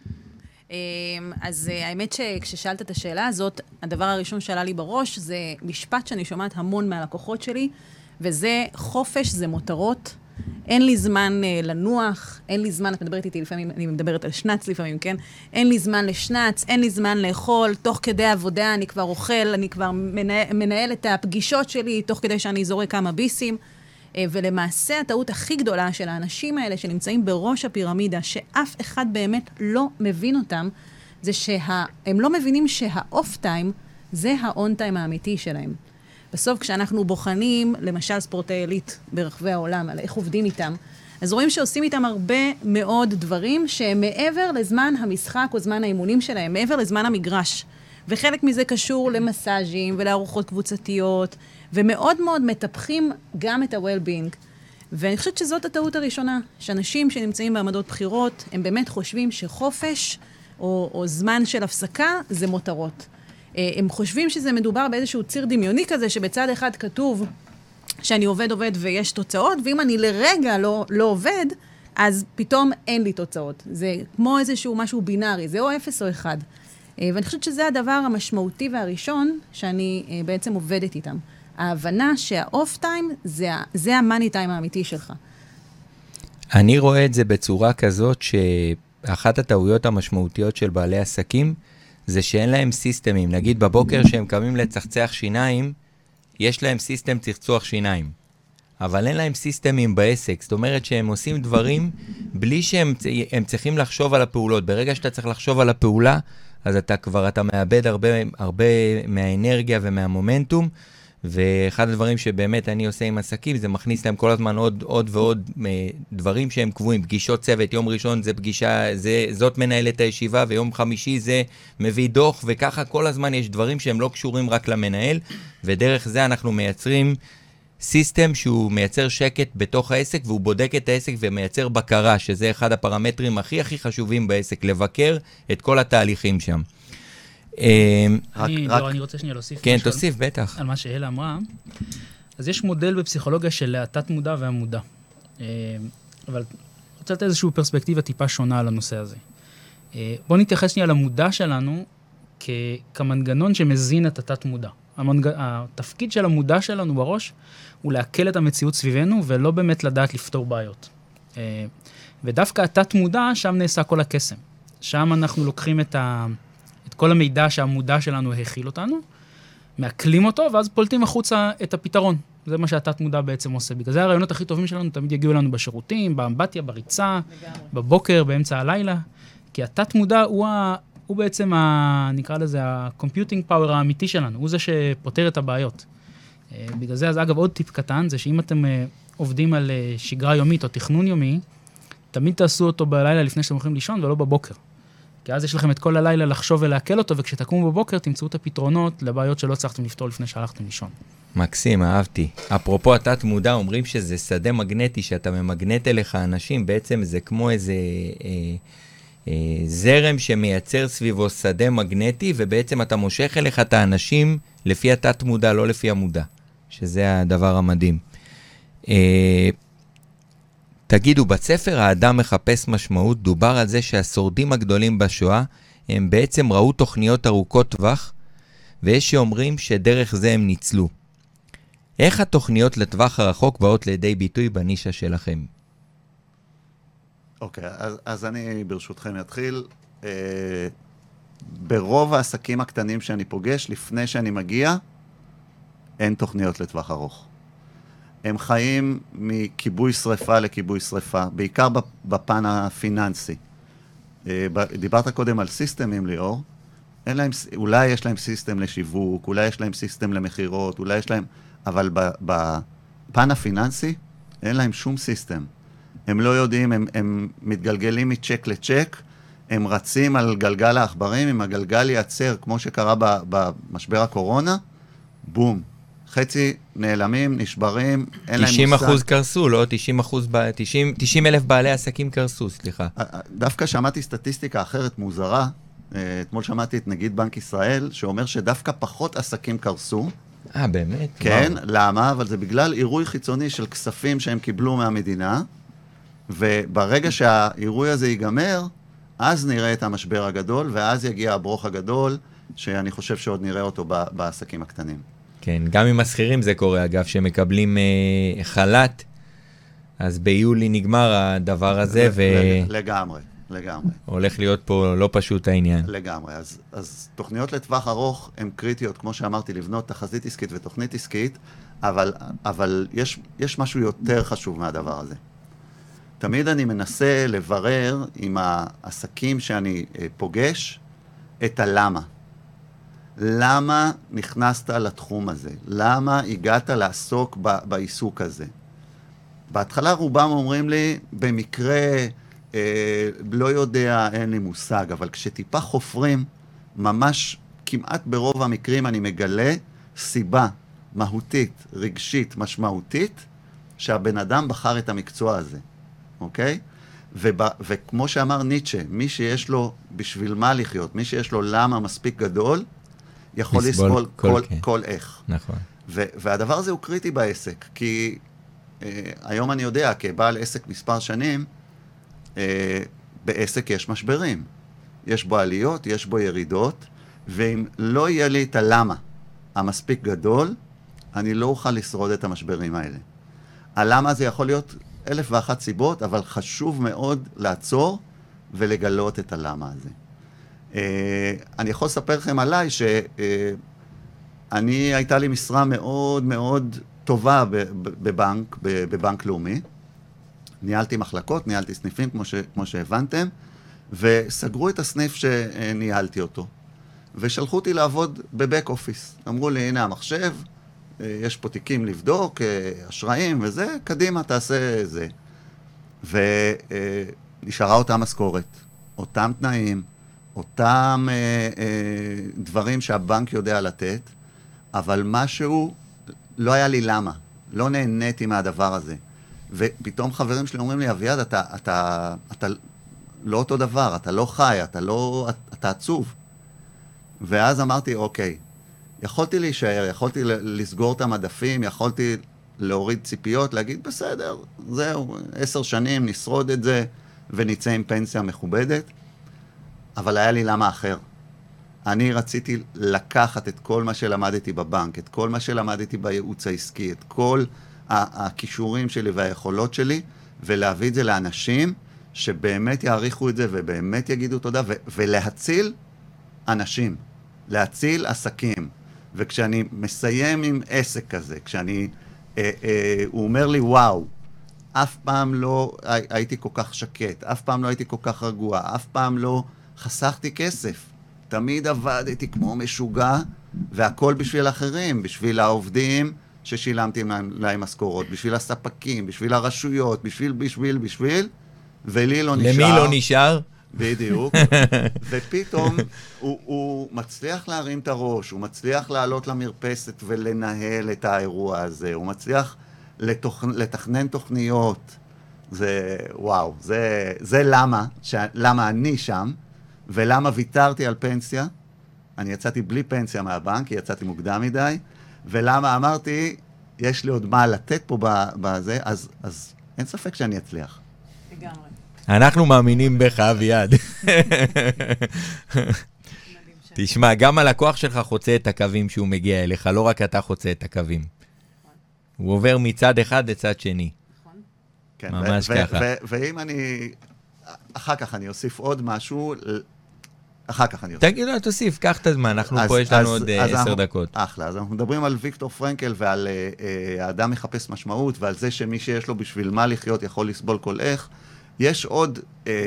אז האמת שכששאלת את השאלה הזאת, הדבר הראשון שעלה לי בראש זה משפט שאני שומעת המון מהלקוחות שלי, וזה חופש, זה מותרות. אין לי זמן לנוח, אין לי זמן, את מדברת איתי לפעמים, אני מדברת על שנץ לפעמים, כן? אין לי זמן לשנץ, אין לי זמן לאכול, תוך כדי עבודה אני כבר אוכל, אני כבר מנהל את הפגישות שלי, תוך כדי שאני זורק כמה ביסים. ולמעשה הטעות הכי גדולה של האנשים האלה שנמצאים בראש הפירמידה, שאף אחד באמת לא מבין אותם, זה שהם לא מבינים שהאוף טיים זה האון טיים האמיתי שלהם. בסוף כשאנחנו בוחנים, למשל ספורטי עילית ברחבי העולם, על איך עובדים איתם, אז רואים שעושים איתם הרבה מאוד דברים שהם מעבר לזמן המשחק או זמן האימונים שלהם, מעבר לזמן המגרש. וחלק מזה קשור למסאז'ים ולארוחות קבוצתיות, ומאוד מאוד מטפחים גם את ה-well-being. ואני חושבת שזאת הטעות הראשונה, שאנשים שנמצאים בעמדות בחירות, הם באמת חושבים שחופש או זמן של הפסקה זה מותרות. הם חושבים שזה מדובר באיזשהו ציר דמיוני כזה, שבצד אחד כתוב שאני עובד ויש תוצאות, ואם אני לרגע לא עובד, אז פתאום אין לי תוצאות. זה כמו איזשהו משהו בינארי, זה או 0 או 1. ואני חושבת שזה הדבר המשמעותי והראשון שאני בעצם עובדת איתם. ההבנה שהאוף טיים זה המאני טיים האמיתי שלך. אני רואה את זה בצורה כזאת שאחת הטעויות המשמעותיות של בעלי עסקים זה שאין להם סיסטמים. נגיד בבוקר שהם קמים לצחצח שיניים, יש להם סיסטם צחצוח שיניים. אבל אין להם סיסטמים בעסק. זאת אומרת שהם עושים דברים בלי שהם צריכים לחשוב על הפעולות. ברגע שאתה צריך לחשוב על הפעולה, אז אתה מאבד הרבה מהאנרגיה ומהמומנטום, ואחד הדברים שבאמת אני עושה עם עסקים, זה מכניס להם כל הזמן עוד ועוד דברים שהם קבועים. פגישות צוות, יום ראשון זה פגישה, זאת מנהלת הישיבה, ויום חמישי זה מביא דוח, וככה כל הזמן יש דברים שהם לא קשורים רק למנהל, ודרך זה אנחנו מייצרים סיסטם שהוא מייצר שקט בתוך העסק, והוא בודק את העסק ומייצר בקרה, שזה אחד הפרמטרים הכי חשובים בעסק, לבקר את כל התהליכים שם. אני רוצה שנייה להוסיף. כן, תוסיף, בטח. על מה שאלה אמרה. אז יש מודל בפסיכולוגיה של התת מודע והמודע. אבל רוצה לתת איזושהי פרספקטיבה טיפה שונה על הנושא הזה. בואו נתייחס שנייה למודע שלנו כמנגנון שמזין את התת מודע. התפקיד של המודע שלנו בראש הוא להקל את המציאות סביבנו ולא באמת לדעת לפתור בעיות. ודווקא התת מודע, שם נעשה כל הקסם. שם אנחנו לוקחים את כל המידע שהמודע שלנו הכיל אותנו, מעכלים אותו, ואז פולטים החוצה את הפתרון. זה מה שהתת מודע בעצם עושה. בגלל זה הרעיונות הכי טובים שלנו תמיד יגיעו לנו בשירותים, באמבטיה, בריצה, בבוקר, באמצע הלילה. כי התת מודע הוא בעצם, נקרא לזה, ה-computing power האמיתי שלנו. הוא זה שפותר את הבעיות. בגלל זה, אז אגב, עוד טיפ קטן, זה שאם אתם עובדים על שגרה יומית או תכנון יומי, תמיד תעשו אותו בלילה לפני שאתם הולכים לישון ולא בבוקר. כי אז יש לכם את כל הלילה לחשוב ולהקל אותו, וכשתקומו בבוקר תמצאו את הפתרונות לבעיות שלא צריכתם לפתור לפני שהלכתם לישון. מקסים, אהבתי. אפרופו התת מודע, אומרים שזה שדה מגנטי, שאתה ממגנט אליך אנשים, בעצם זה כמו איזה זרם שמייצר סביבו שדה מגנטי, ובעצם אתה מושך אליך את האנשים לפי התת מודע, לא לפי המודע, שזה הדבר המדהים. תגידו, בספר האדם מחפש משמעות, דובר על זה שהשורדים הגדולים בשואה, הם בעצם ראו תוכניות ארוכות טווח, ויש שאומרים שדרך זה הם ניצלו. איך התוכניות לטווח הרחוק באות לידי ביטוי בנישה שלכם? אוקיי, אז אני ברשותכם אתחיל. ברוב העסקים הקטנים שאני פוגש, לפני שאני מגיע, אין תוכניות לטווח ארוך. הם חיים מכיבוי שריפה לכיבוי שריפה, בעיקר בפן הפיננסי. דיברת קודם על סיסטמים, ליאור. אולי יש להם סיסטם לשיווק, אולי יש להם סיסטם למחירות, אולי יש להם... אבל בפן הפיננסי אין להם שום סיסטם. הם לא יודעים, הם מתגלגלים מצ'ק לצ'ק, הם רצים על גלגל העכברים, אם הגלגל ייעצר, כמו שקרה במשבר הקורונה, בום. חצי נעלמים, נשברים, אין להם מושג. 90% קרסו, לא? 90,000 בעלי עסקים קרסו, סליחה. דווקא שמעתי סטטיסטיקה אחרת מוזרה, אתמול שמעתי את נגיד בנק ישראל, שאומר שדווקא פחות עסקים קרסו. באמת? כן, למה? אבל זה בגלל עירוי חיצוני של כספים שהם קיבלו מהמדינה, וברגע שהעירוי הזה ייגמר, אז נראה את המשבר הגדול, ואז יגיע הברוך הגדול, שאני חושב שעוד נראה אותו בעסקים הקטנים. כן, גם עם השכירים זה קורה, אגב, שמקבלים חל"ת, אז ביולי נגמר הדבר הזה, לגמרי. הולך להיות פה לא פשוט העניין. לגמרי. אז תוכניות לטווח ארוך הן קריטיות, כמו שאמרתי, לבנות תחזית עסקית ותוכנית עסקית, אבל יש משהו יותר חשוב מהדבר הזה. תמיד אני מנסה לברר עם העסקים שאני פוגש את הלמה. למה נכנסת לתחום הזה? למה הגעת לעסוק בעיסוק הזה? בהתחלה רובם אומרים לי, במקרה, לא יודע, אין לי מושג, אבל כשטיפה חופרים, ממש כמעט ברוב המקרים אני מגלה סיבה מהותית, רגשית, משמעותית, שהבן אדם בחר את המקצוע הזה, אוקיי? וכמו שאמר ניטשה, מי שיש לו בשביל מה לחיות, מי שיש לו למה מספיק גדול, יכול לסבול כל איך. נכון. והדבר הזה הוא קריטי בעסק, כי היום אני יודע, כבעל עסק מספר שנים, בעסק יש משברים. יש בו עליות, יש בו ירידות, ואם לא יהיה לי את הלמה המספיק גדול, אני לא אוכל לשרוד את המשברים האלה. הלמה הזה יכול להיות 1,001 סיבות, אבל חשוב מאוד לעצור ולגלות את הלמה הזה. אני יכול לספר לכם עליי שאני הייתה לי משרה מאוד מאוד טובה בבנק לאומי. ניהלתי מחלקות, ניהלתי סניפים כמו שהבנתם, וסגרו את הסניף שניהלתי אותו. ושלחו אותי לעבוד בבק אופיס. אמרו לי, הנה המחשב, יש פה תיקים לבדוק, אשראים וזה, קדימה, תעשה זה. ונשארה אותה משכורת, אותם תנאים, אותם דברים שהבנק יודע לתת, אבל משהו, לא היה לי למה. לא נהניתי מהדבר הזה. ופתאום חברים שלי אומרים לי, אביעד, אתה לא אותו דבר, אתה לא חי, אתה עצוב. ואז אמרתי, אוקיי, יכולתי להישאר, יכולתי לסגור את המדפים, יכולתי להוריד ציפיות, להגיד, בסדר, זהו, 10 שנים, נשרוד את זה, ונצא עם פנסיה מכובדת. אבל היה לי למה אחר. אני רציתי לקחת את כל מה שלמדתי בבנק, את כל מה שלמדתי בייעוץ העסקי, את כל הכישורים שלי והיכולות שלי, ולהביא את זה לאנשים שבאמת יעריכו את זה ובאמת יגידו תודה, ולהציל אנשים, להציל עסקים. וכשאני מסיים עם עסק כזה, הוא אומר לי, וואו, אף פעם לא הייתי כל כך שקט, אף פעם לא הייתי כל כך רגוע, אף פעם לא חסכתי כסף. תמיד עבדתי כמו משוגע, והכל בשביל אחרים, בשביל העובדים ששילמתי להם משכורות, בשביל הספקים, בשביל הרשויות, בשביל, ולי לא נשאר. למי לא נשאר? בדיוק. ופתאום הוא מצליח להרים את הראש, הוא מצליח לעלות למרפסת ולנהל את האירוע הזה, הוא מצליח לתכנן תוכניות. זה, וואו, זה למה אני שם, ולמה ויתרתי על פנסיה. אני יצאתי בלי פנסיה מהבנק, כי יצאתי מוקדם מדי, ולמה אמרתי, יש לי עוד מה לתת פה בזה, אז אין ספק שאני אצליח. לגמרי. אנחנו מאמינים בך, אביעד. תשמע, גם הלקוח שלך חוצה את הקווים שהוא מגיע אליך, לא רק אתה חוצה את הקווים. הוא עובר מצד אחד לצד שני. כן, ממש ככה. ואם אני, אחר כך אני אוסיף עוד משהו, אחר כך אני אוסיף. תגיד לו, תוסיף, קח את הזמן, אנחנו פה יש לנו עוד 10 דקות. אחלה, אז אנחנו מדברים על ויקטור פרנקל ועל האדם מחפש משמעות, ועל זה שמי שיש לו בשביל מה לחיות יכול לסבול כל איך. יש עוד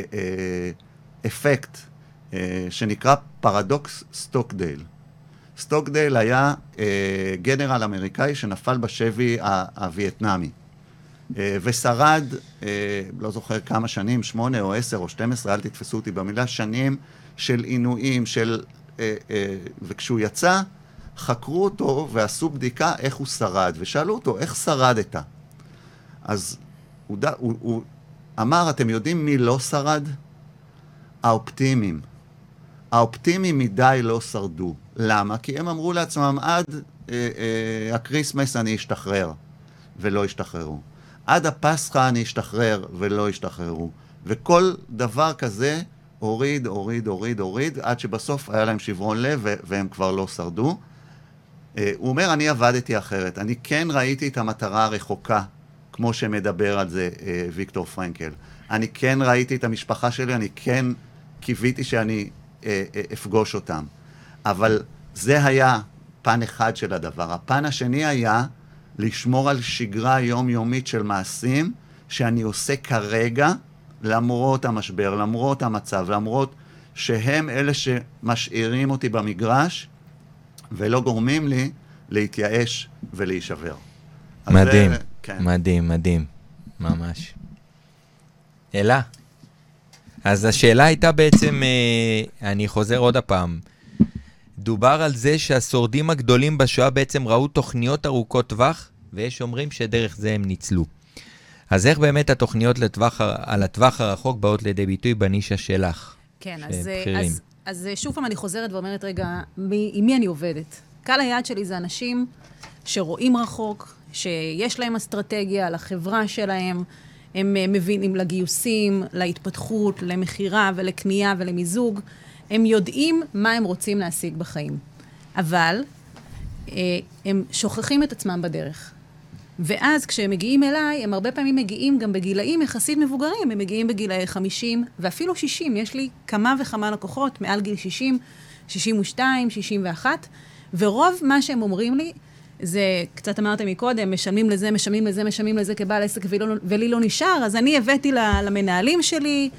אפקט שנקרא פרדוקס סטוקדייל. סטוקדייל היה גנרל אמריקאי שנפל בשבי הווייטנאמי. ושרד, לא זוכר כמה שנים, 8 או 10 או 12, אל תתפסו אותי במילה, שנים של עינויים, וכשהוא יצא, חקרו אותו ועשו בדיקה איך הוא שרד, ושאלו אותו, איך שרדת? אז הוא אמר, אתם יודעים מי לא שרד? האופטימיים. האופטימיים מדי לא שרדו. למה? כי הם אמרו לעצמם, עד הקריסמס אני אשתחרר, ולא השתחררו. עד הפסחה אני אשתחרר, ולא השתחררו. וכל דבר כזה הוריד, עד שבסוף היה להם שברון לב, והם כבר לא שרדו. הוא אומר, אני עבדתי אחרת. אני כן ראיתי את המטרה הרחוקה, כמו שמדבר על זה ויקטור פרנקל. אני כן ראיתי את המשפחה שלי, אני כן קיוויתי שאני אפגוש אותם. אבל זה היה פן אחד של הדבר. הפן השני היה לשמור על שגרה יומיומית של מעשים שאני עושה כרגע, למרות המשבר, למרות המצב, למרות שהם אלה שמשאירים אותי במגרש, ולא גורמים לי להתייאש ולהישבר. מדהים, זה, כן. מדהים, ממש. אלה. אז השאלה הייתה בעצם, אני חוזר עוד הפעם, דובר על זה שהשורדים הגדולים בשואה בעצם ראו תוכניות ארוכות טווח, ויש אומרים שדרך זה הם ניצלו. אז איך באמת התוכניות על הטווח הרחוק באות לידי ביטוי בנישה שלך? כן, אז שוב פעם אני חוזרת ואומרת, רגע, עם מי אני עובדת? קהל היעד שלי זה אנשים שרואים רחוק, שיש להם אסטרטגיה לחברה שלהם, הם מבינים לגיוסים, להתפתחות, למחירה ולקנייה ולמיזוג, הם יודעים מה הם רוצים להשיג בחיים. אבל הם שוכחים את עצמם בדרך. ואז כשהם מגיעים אליי, הם הרבה פעמים מגיעים גם בגילאים יחסית מבוגרים, הם מגיעים בגילאי 50 ואפילו 60. יש לי כמה וכמה לקוחות מעל גיל 60, 62, 61, ורוב מה שהם אומרים לי, זה, קצת אמרתם מקודם, משלמים לזה כבעל עסק ולי לא נשאר, אז אני הבאתי למנהלים שלי,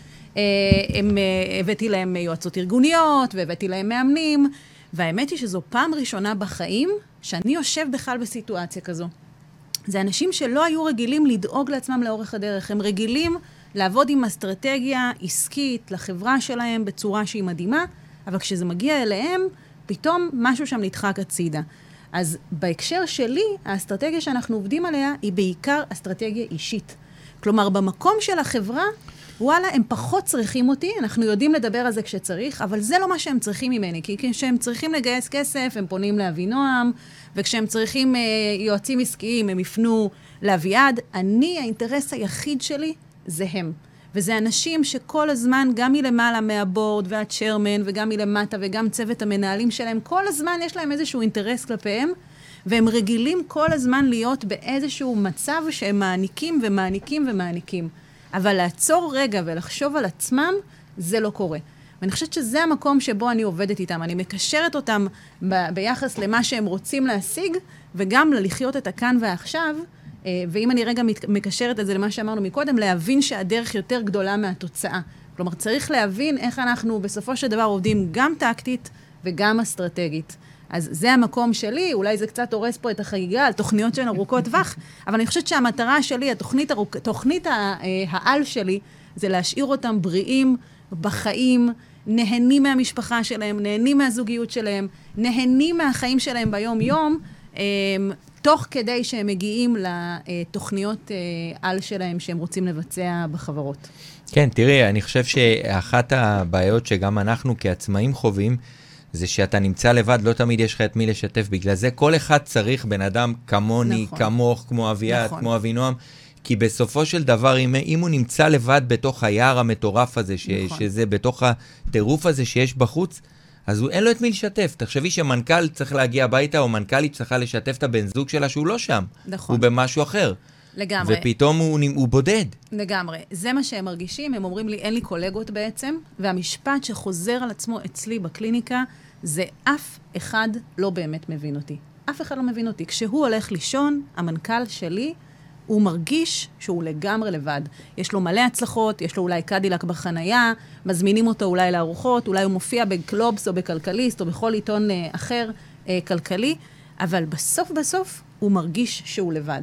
הבאתי להם יועצות ארגוניות, והבאתי להם מאמנים, והאמת היא שזו פעם ראשונה בחיים, שאני יושב בכלל בסיטואציה כזו. זה אנשים שלא היו רגילים לדאוג לעצמם לאורך הדרך, הם רגילים לעבוד עם אסטרטגיה עסקית לחברה שלהם בצורה שהיא מדהימה, אבל כשזה מגיע אליהם, פתאום משהו שם נדחק הצידה. אז בהקשר שלי, האסטרטגיה שאנחנו עובדים עליה היא בעיקר אסטרטגיה אישית. כלומר, במקום של החברה, וואלה, הם פחות צריכים אותי, אנחנו יודעים לדבר על זה כשצריך, אבל זה לא מה שהם צריכים ממני, כי כשהם צריכים לגייס כסף, הם פונים לאבינועם, וכשהם צריכים יועצים עסקיים, הם יפנו לאביעד. האינטרס היחיד שלי זה הם. וזה אנשים שכל הזמן, גם מלמעלה מהבורד והצ'רמן, וגם מלמטה וגם צוות המנהלים שלהם, כל הזמן יש להם איזשהו אינטרס כלפיהם, והם רגילים כל הזמן להיות באיזשהו מצב שהם מעניקים ומעניקים ומעניקים. אבל לעצור רגע ולחשוב על עצמם, זה לא קורה. ואני חושבת שזה המקום שבו אני עובדת איתם. אני מקשרת אותם ביחס למה שהם רוצים להשיג, וגם לחיות את הכאן ועכשיו, ואם אני רגע מקשרת את זה למה שאמרנו מקודם, להבין שהדרך יותר גדולה מהתוצאה. כלומר, צריך להבין איך אנחנו בסופו של דבר עובדים גם טקטית וגם אסטרטגית. אז זה המקום שלי, אולי זה קצת הורס פה את החגיגה על תוכניות שהן ארוכות טווח, אבל אני חושבת שהמטרה שלי, תוכנית העל שלי, זה להשאיר אותם בריאים בחיים, נהנים מהמשפחה שלהם, נהנים מהזוגיות שלהם, נהנים מהחיים שלהם ביום-יום, תוך כדי שהם מגיעים לתוכניות על שלהם שהם רוצים לבצע בחברות. כן, תראי, אני חושב שאחת הבעיות שגם אנחנו כעצמאים חווים, זה שאתה נמצא לבד, לא תמיד יש לך את מי לשתף. בגלל זה כל אחד צריך בן אדם כמוני, נכון. כמוך, כמו אביעד, נכון. כמו אבינועם, כי בסופו של דבר, אם הוא נמצא לבד בתוך היער המטורף הזה, נכון. שזה בתוך הטירוף הזה שיש בחוץ, אז אין לו את מי לשתף. תחשבי שמנכ"ל צריך להגיע הביתה, או מנכ"לית צריכה לשתף את הבן זוג שלה, שהוא לא שם. נכון. הוא במשהו אחר. לגמרי. ופתאום הוא בודד. לגמרי. זה מה שהם מרגישים, הם אומרים לי, אין לי קולגות בעצם, והמשפט שחוזר על עצמו אצלי בקליניקה, זה אף אחד לא באמת מבין אותי. אף אחד לא מבין אותי. כשהוא הולך לישון, המנכ"ל שלי, הוא מרגיש שהוא לגמרי לבד. יש לו מלא הצלחות, יש לו אולי קדילק בחנייה, מזמינים אותו אולי לארוחות, אולי הוא מופיע בגלובס או בכלכליסט או בכל עיתון אחר כלכלי, אבל בסוף הוא מרגיש שהוא לבד.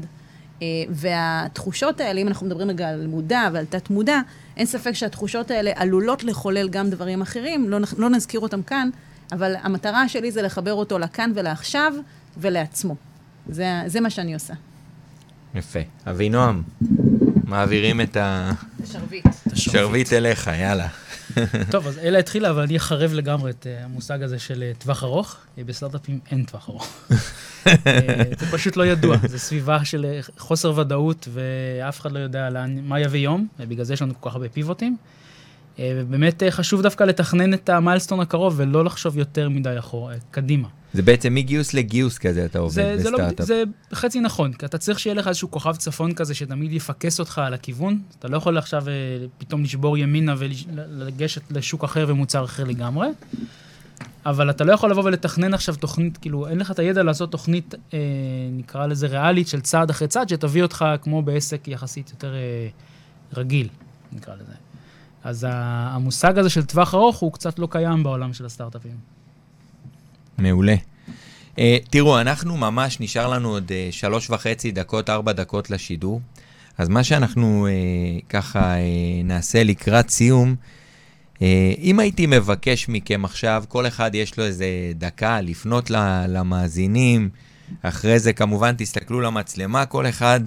והתחושות האלה, אם אנחנו מדברים רגע על מודע ועל תת מודע, אין ספק שהתחושות האלה עלולות לחולל גם דברים אחרים, לא נזכיר אותם כאן, אבל המטרה שלי זה לחבר אותו לכאן ולעכשיו ולעצמו. זה מה שאני עושה. יפה. אבינועם, מעבירים את השרביט אליך, יאללה. טוב, אז אלה התחילה, אבל אני אחרב לגמרי את המושג הזה של טווח ארוך. בסטארט-אפים אין טווח ארוך. זה פשוט לא ידוע. זה סביבה של חוסר ודאות, ואף אחד לא יודע מה יביא יום, ובגלל זה יש לנו כל כך הרבה פיבוטים. ובאמת חשוב דווקא לתכנן את המיילסטון הקרוב, ולא לחשוב יותר מדי קדימה. זה בעצם מגיוס לגיוס כזה, אתה עובד בסטארט-אפ. זה חצי נכון, כי אתה צריך שיהיה לך איזשהו כוכב צפון כזה, שתמיד יפקס אותך על הכיוון. אתה לא יכול עכשיו פתאום לשבור ימינה ולגשת לשוק אחר ומוצר אחר לגמרי. אבל אתה לא יכול לבוא ולתכנן עכשיו תוכנית, כאילו אין לך את הידע לעשות תוכנית, נקרא לזה ריאלית, של צעד אחרי צעד, שתביא אותך כמו בעסק יחסית יותר רגיל, נקרא לזה. אז המושג הזה של טווח ארוך הוא קצת לא קיים בעולם של הסטארט-אפים. מעולה. תראו, אנחנו ממש, נשאר לנו עוד 3.5 דקות, 4 דקות לשידור. אז מה שאנחנו ככה נעשה לקראת סיום, אם הייתי מבקש מכם עכשיו, כל אחד יש לו איזה דקה לפנות למאזינים, אחרי זה כמובן תסתכלו למצלמה כל אחד,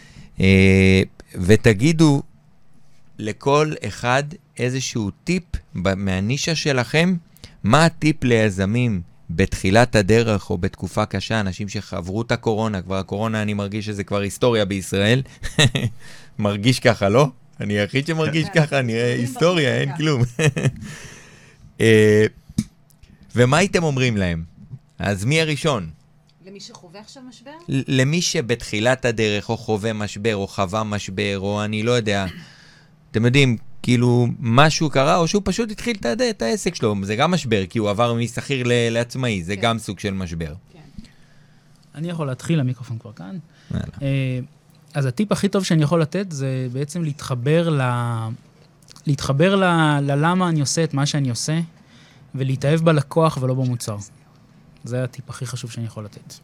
ותגידו לכל אחד איזשהו טיפ מהנישה שלכם, מה הטיפ ליזמים בתחילת הדרך או בתקופה קשה, אנשים שחברו את הקורונה, כבר הקורונה אני מרגיש שזה כבר היסטוריה בישראל, מרגיש ככה, לא? אני היחיד שמרגיש ככה, נראה היסטוריה, אין כלום. ומה הייתם אומרים להם? אז מי הראשון? למי שחווה עכשיו משבר? למי שבתחילת הדרך או חווה משבר או חווה משבר או אני לא יודע, אתם יודעים, כאילו משהו קרה או שהוא פשוט התחיל את העסק שלו, זה גם משבר, כי הוא עבר משכיר לעצמאי, זה גם סוג של משבר. אני יכול להתחיל, המיקרופון כבר כאן. אז הטיפ הכי טוב שאני יכול לתת זה בעצם להתחבר ללמה אני עושה את מה שאני עושה, ולהתאהב בלקוח ולא במוצר. זה הטיפ הכי חשוב שאני יכול לתת.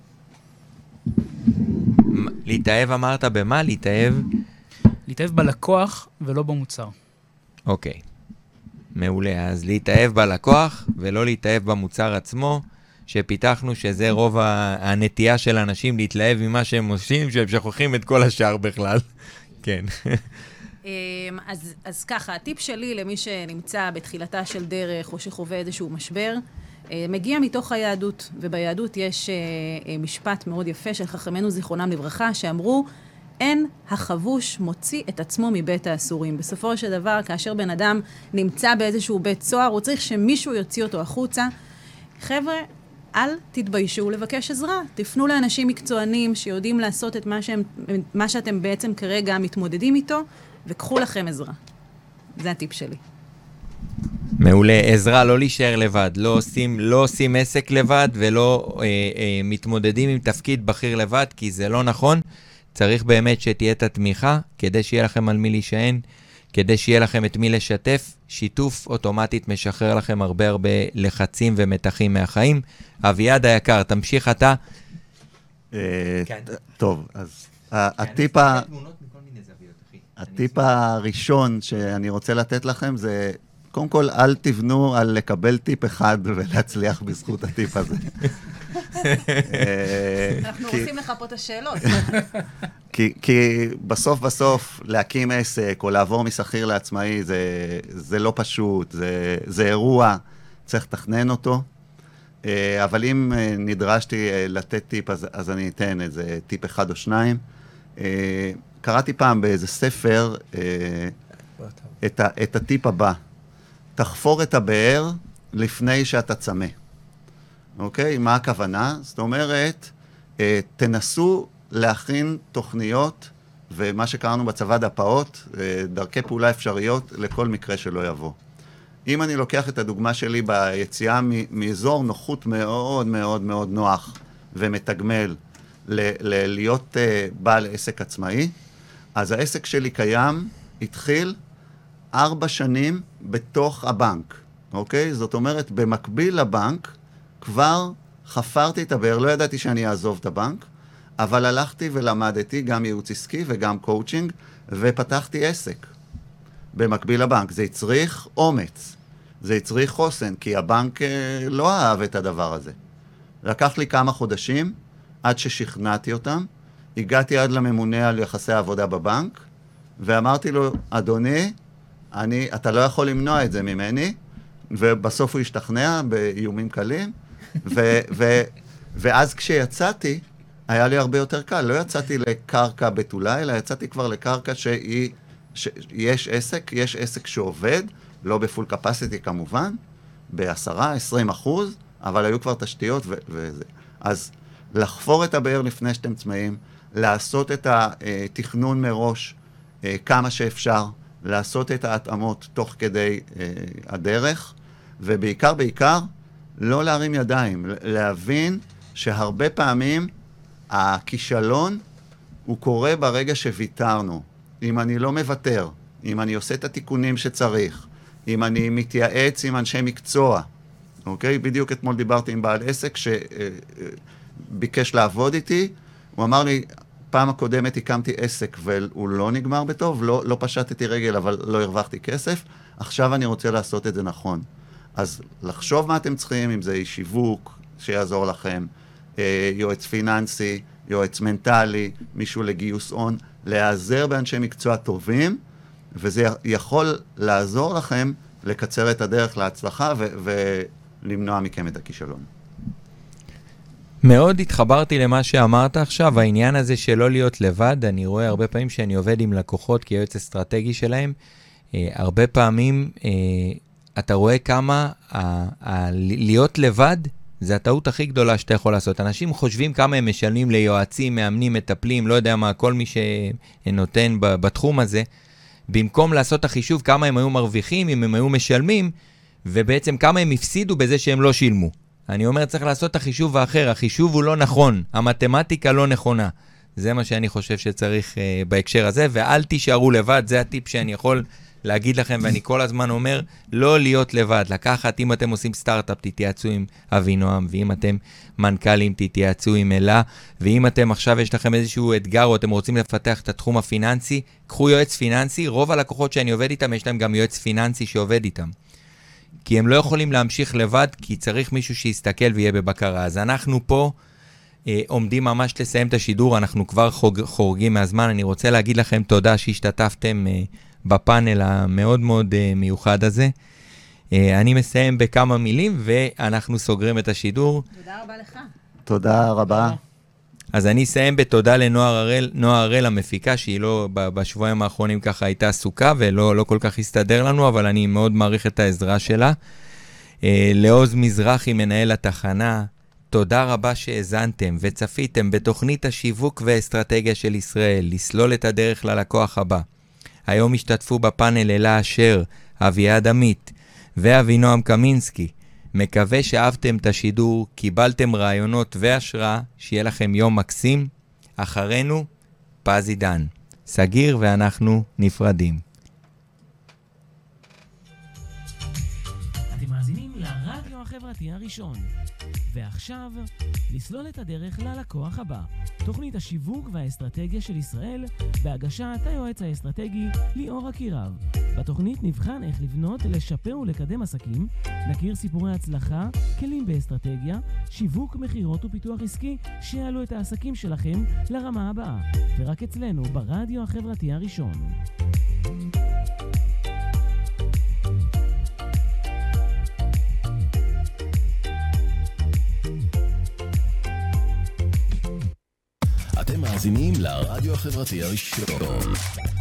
להתאהב אמרת במה? להתאהב בלקוח ולא במוצר. אוקיי. מעולה. אז להתאהב בלקוח ולא להתאהב במוצר עצמו, שפיתחנו שזה רוב הנטייה של אנשים להתלהב ממה שהם עושים, שהם שוכחים את כל השאר בכלל. כן. אז ככה, הטיפ שלי למי שנמצא בתחילתה של דרך או שחווה איזשהו משבר, מגיע מתוך היהדות, וביהדות יש משפט מאוד יפה של חכמינו זיכרונם לברכה, שאמרו, אין החבוש מוציא את עצמו מבית האסורים. בסופו של דבר, כאשר בן אדם נמצא באיזשהו בית סוהר, הוא צריך שמישהו יוציא אותו החוצה. חבר'ה, אל תתביישו לבקש עזרה. תפנו לאנשים מקצוענים שיודעים לעשות את מה שאתם בעצם כרגע מתמודדים איתו, וקחו לכם עזרה. זה הטיפ שלי. מעולה. עזרה, לא להישאר לבד. לא עושים עסק לבד, ולא מתמודדים עם תפקיד בכיר לבד, כי זה לא נכון. צריך באמת שתהיה את התמיכה, כדי שיהיה לכם על מי להישען, כדי שיהיה לכם את מי לשתף. שיתוף אוטומטית משחרר לכם הרבה לחצים ומתחים מהחיים. אביעד היקר, תמשיך אתה. טוב, אז הטיפ הראשון שאני רוצה לתת לכם זה, קודם כל, אל תבנו על לקבל טיפ אחד ולהצליח בזכות הטיפ הזה. אנחנו רוצים לך פה את השאלות. כי בסוף להקים עסק או לעבור משכיר לעצמאי זה לא פשוט, זה אירוע, צריך לתכנן אותו. אבל אם נדרשתי לתת טיפ, אז אני אתן איזה טיפ אחד או שניים. קראתי פעם באיזה ספר את הטיפ הבא. תחפור את הבאר לפני שאתה צמא. אוקיי? מה הכוונה? זאת אומרת, תנסו להכין תוכניות, ומה שקראנו בצבא דפאות, דרכי פעולה אפשריות לכל מקרה שלא יבוא. אם אני לוקח את הדוגמה שלי ביציאה מאזור נוחות מאוד מאוד מאוד נוח ומתגמל להיות בעל עסק עצמאי, אז העסק שלי התחיל 4 שנים בתוך הבנק, אוקיי? זאת אומרת, במקביל לבנק, כבר חפרתי את הבאר, לא ידעתי שאני אעזוב את הבנק, אבל הלכתי ולמדתי גם ייעוץ עסקי וגם קואוצ'ינג, ופתחתי עסק במקביל לבנק. זה הצריך אומץ. זה הצריך חוסן, כי הבנק לא אהב את הדבר הזה. לקח לי כמה חודשים עד ששכנעתי אותם, הגעתי עד לממונה על יחסי העבודה בבנק, ואמרתי לו, אדוני, אתה לא יכול למנוע את זה ממני, ובסוף הוא השתכנע באיומים קלים, ואז כשיצאתי, היה לי הרבה יותר קל. לא יצאתי לקרקע בתולה, אלא יצאתי כבר לקרקע שיש עסק שעובד, לא בפול קפסיטי כמובן, ב10-20%, אבל היו כבר תשתיות וזה. אז לחפור את הבאר לפני שאתם צמאים, לעשות את התכנון מראש כמה שאפשר, לעשות את ההתאמות תוך כדי הדרך, ובעיקר, לא להרים ידיים, להבין שהרבה פעמים הכישלון הוא קורה ברגע שוויתרנו. אם אני לא מוותר, אם אני עושה את התיקונים שצריך, אם אני מתייעץ עם אנשי מקצוע, אוקיי? בדיוק אתמול דיברתי עם בעל עסק שביקש לעבוד איתי, הוא אמר לי, פעם הקודמת הקמתי עסק והוא לא נגמר בטוב, לא פשטתי רגל אבל לא הרווחתי כסף, עכשיו אני רוצה לעשות את זה נכון. אז לחשוב מה אתם צריכים, אם זה שיווק שיעזור לכם, יועץ פיננסי, יועץ מנטלי, מישהו לגיוס הון, להיעזר באנשי מקצוע טובים, וזה יכול לעזור לכם לקצר את הדרך להצלחה ולמנוע מכם את הכישלון. מאוד התחברתי למה שאמרת עכשיו, העניין הזה שלא להיות לבד, אני רואה הרבה פעמים שאני עובד עם לקוחות כיועץ אסטרטגי שלהם, הרבה פעמים אתה רואה כמה להיות לבד זה הטעות הכי גדולה שאתה יכול לעשות. אנשים חושבים כמה הם משלמים ליועצים, מאמנים, מטפלים, לא יודע מה, כל מי שנותן בתחום הזה, במקום לעשות החישוב כמה הם היו מרוויחים, אם הם היו משלמים, ובעצם כמה הם הפסידו בזה שהם לא שילמו. אני אומר, צריך לעשות את החישוב האחר, החישוב הוא לא נכון, המתמטיקה לא נכונה. זה מה שאני חושב שצריך בהקשר הזה, ואל תישארו לבד, זה הטיפ שאני יכול להגיד לכם, ואני כל הזמן אומר, לא להיות לבד, לקחת, אם אתם עושים סטארט-אפ, תתייעצו עם אבינועם, ואם אתם מנכ"לים, תתייעצו עם אלה, ואם אתם עכשיו יש לכם איזשהו אתגר, או אתם רוצים לפתח את התחום הפיננסי, קחו יועץ פיננסי, רוב הלקוחות שאני עובד איתם, יש להם גם יועץ פיננסי שעובד איתם. כי הם לא יכולים להמשיך לבד, כי צריך מישהו שיסתכל ויהיה בבקרה. אז אנחנו פה עומדים ממש לסיים את השידור, אנחנו כבר חורגים מהזמן, אני רוצה להגיד לכם תודה שהשתתפתם בפאנל המאוד מאוד מיוחד הזה. אני מסיים בכמה מילים, ואנחנו סוגרים את השידור. תודה רבה לך. תודה רבה. אז אני אסיים בתודה לנועה הראל המפיקה, שהיא לא בשבועיים האחרונים ככה הייתה עסוקה, ולא כל כך הסתדר לנו, אבל אני מאוד מעריך את העזרה שלה. לעוז מזרחי, מנהל התחנה, תודה רבה שהזנתם וצפיתם בתוכנית השיווק והאסטרטגיה של ישראל, לסלול את הדרך ללקוח הבא. היום השתתפו בפאנל אלה אשר, אביעד עמית ואבינועם קמינסקי. מקווה שאהבתם את השידור, קיבלתם רעיונות והשראה, שיהיה לכם יום מקסים. אחרינו, פז עידן. סגיר ואנחנו נפרדים. אתם מאזינים לרדיו החברתי הראשון. ועכשיו, לסלול את הדרך ללקוח הבא. תוכנית השיווק והאסטרטגיה של ישראל, בהגשת היועץ האסטרטגי ליאור אקירב. בתוכנית נבחן איך לבנות, לשפר ולקדם עסקים, נכיר סיפורי הצלחה, כלים באסטרטגיה, שיווק, מחירות ופיתוח עסקי, שיעלו את העסקים שלכם לרמה הבאה. ורק אצלנו, ברדיו החברתי הראשון. אתם מאזינים לרדיו החברתי הראשון.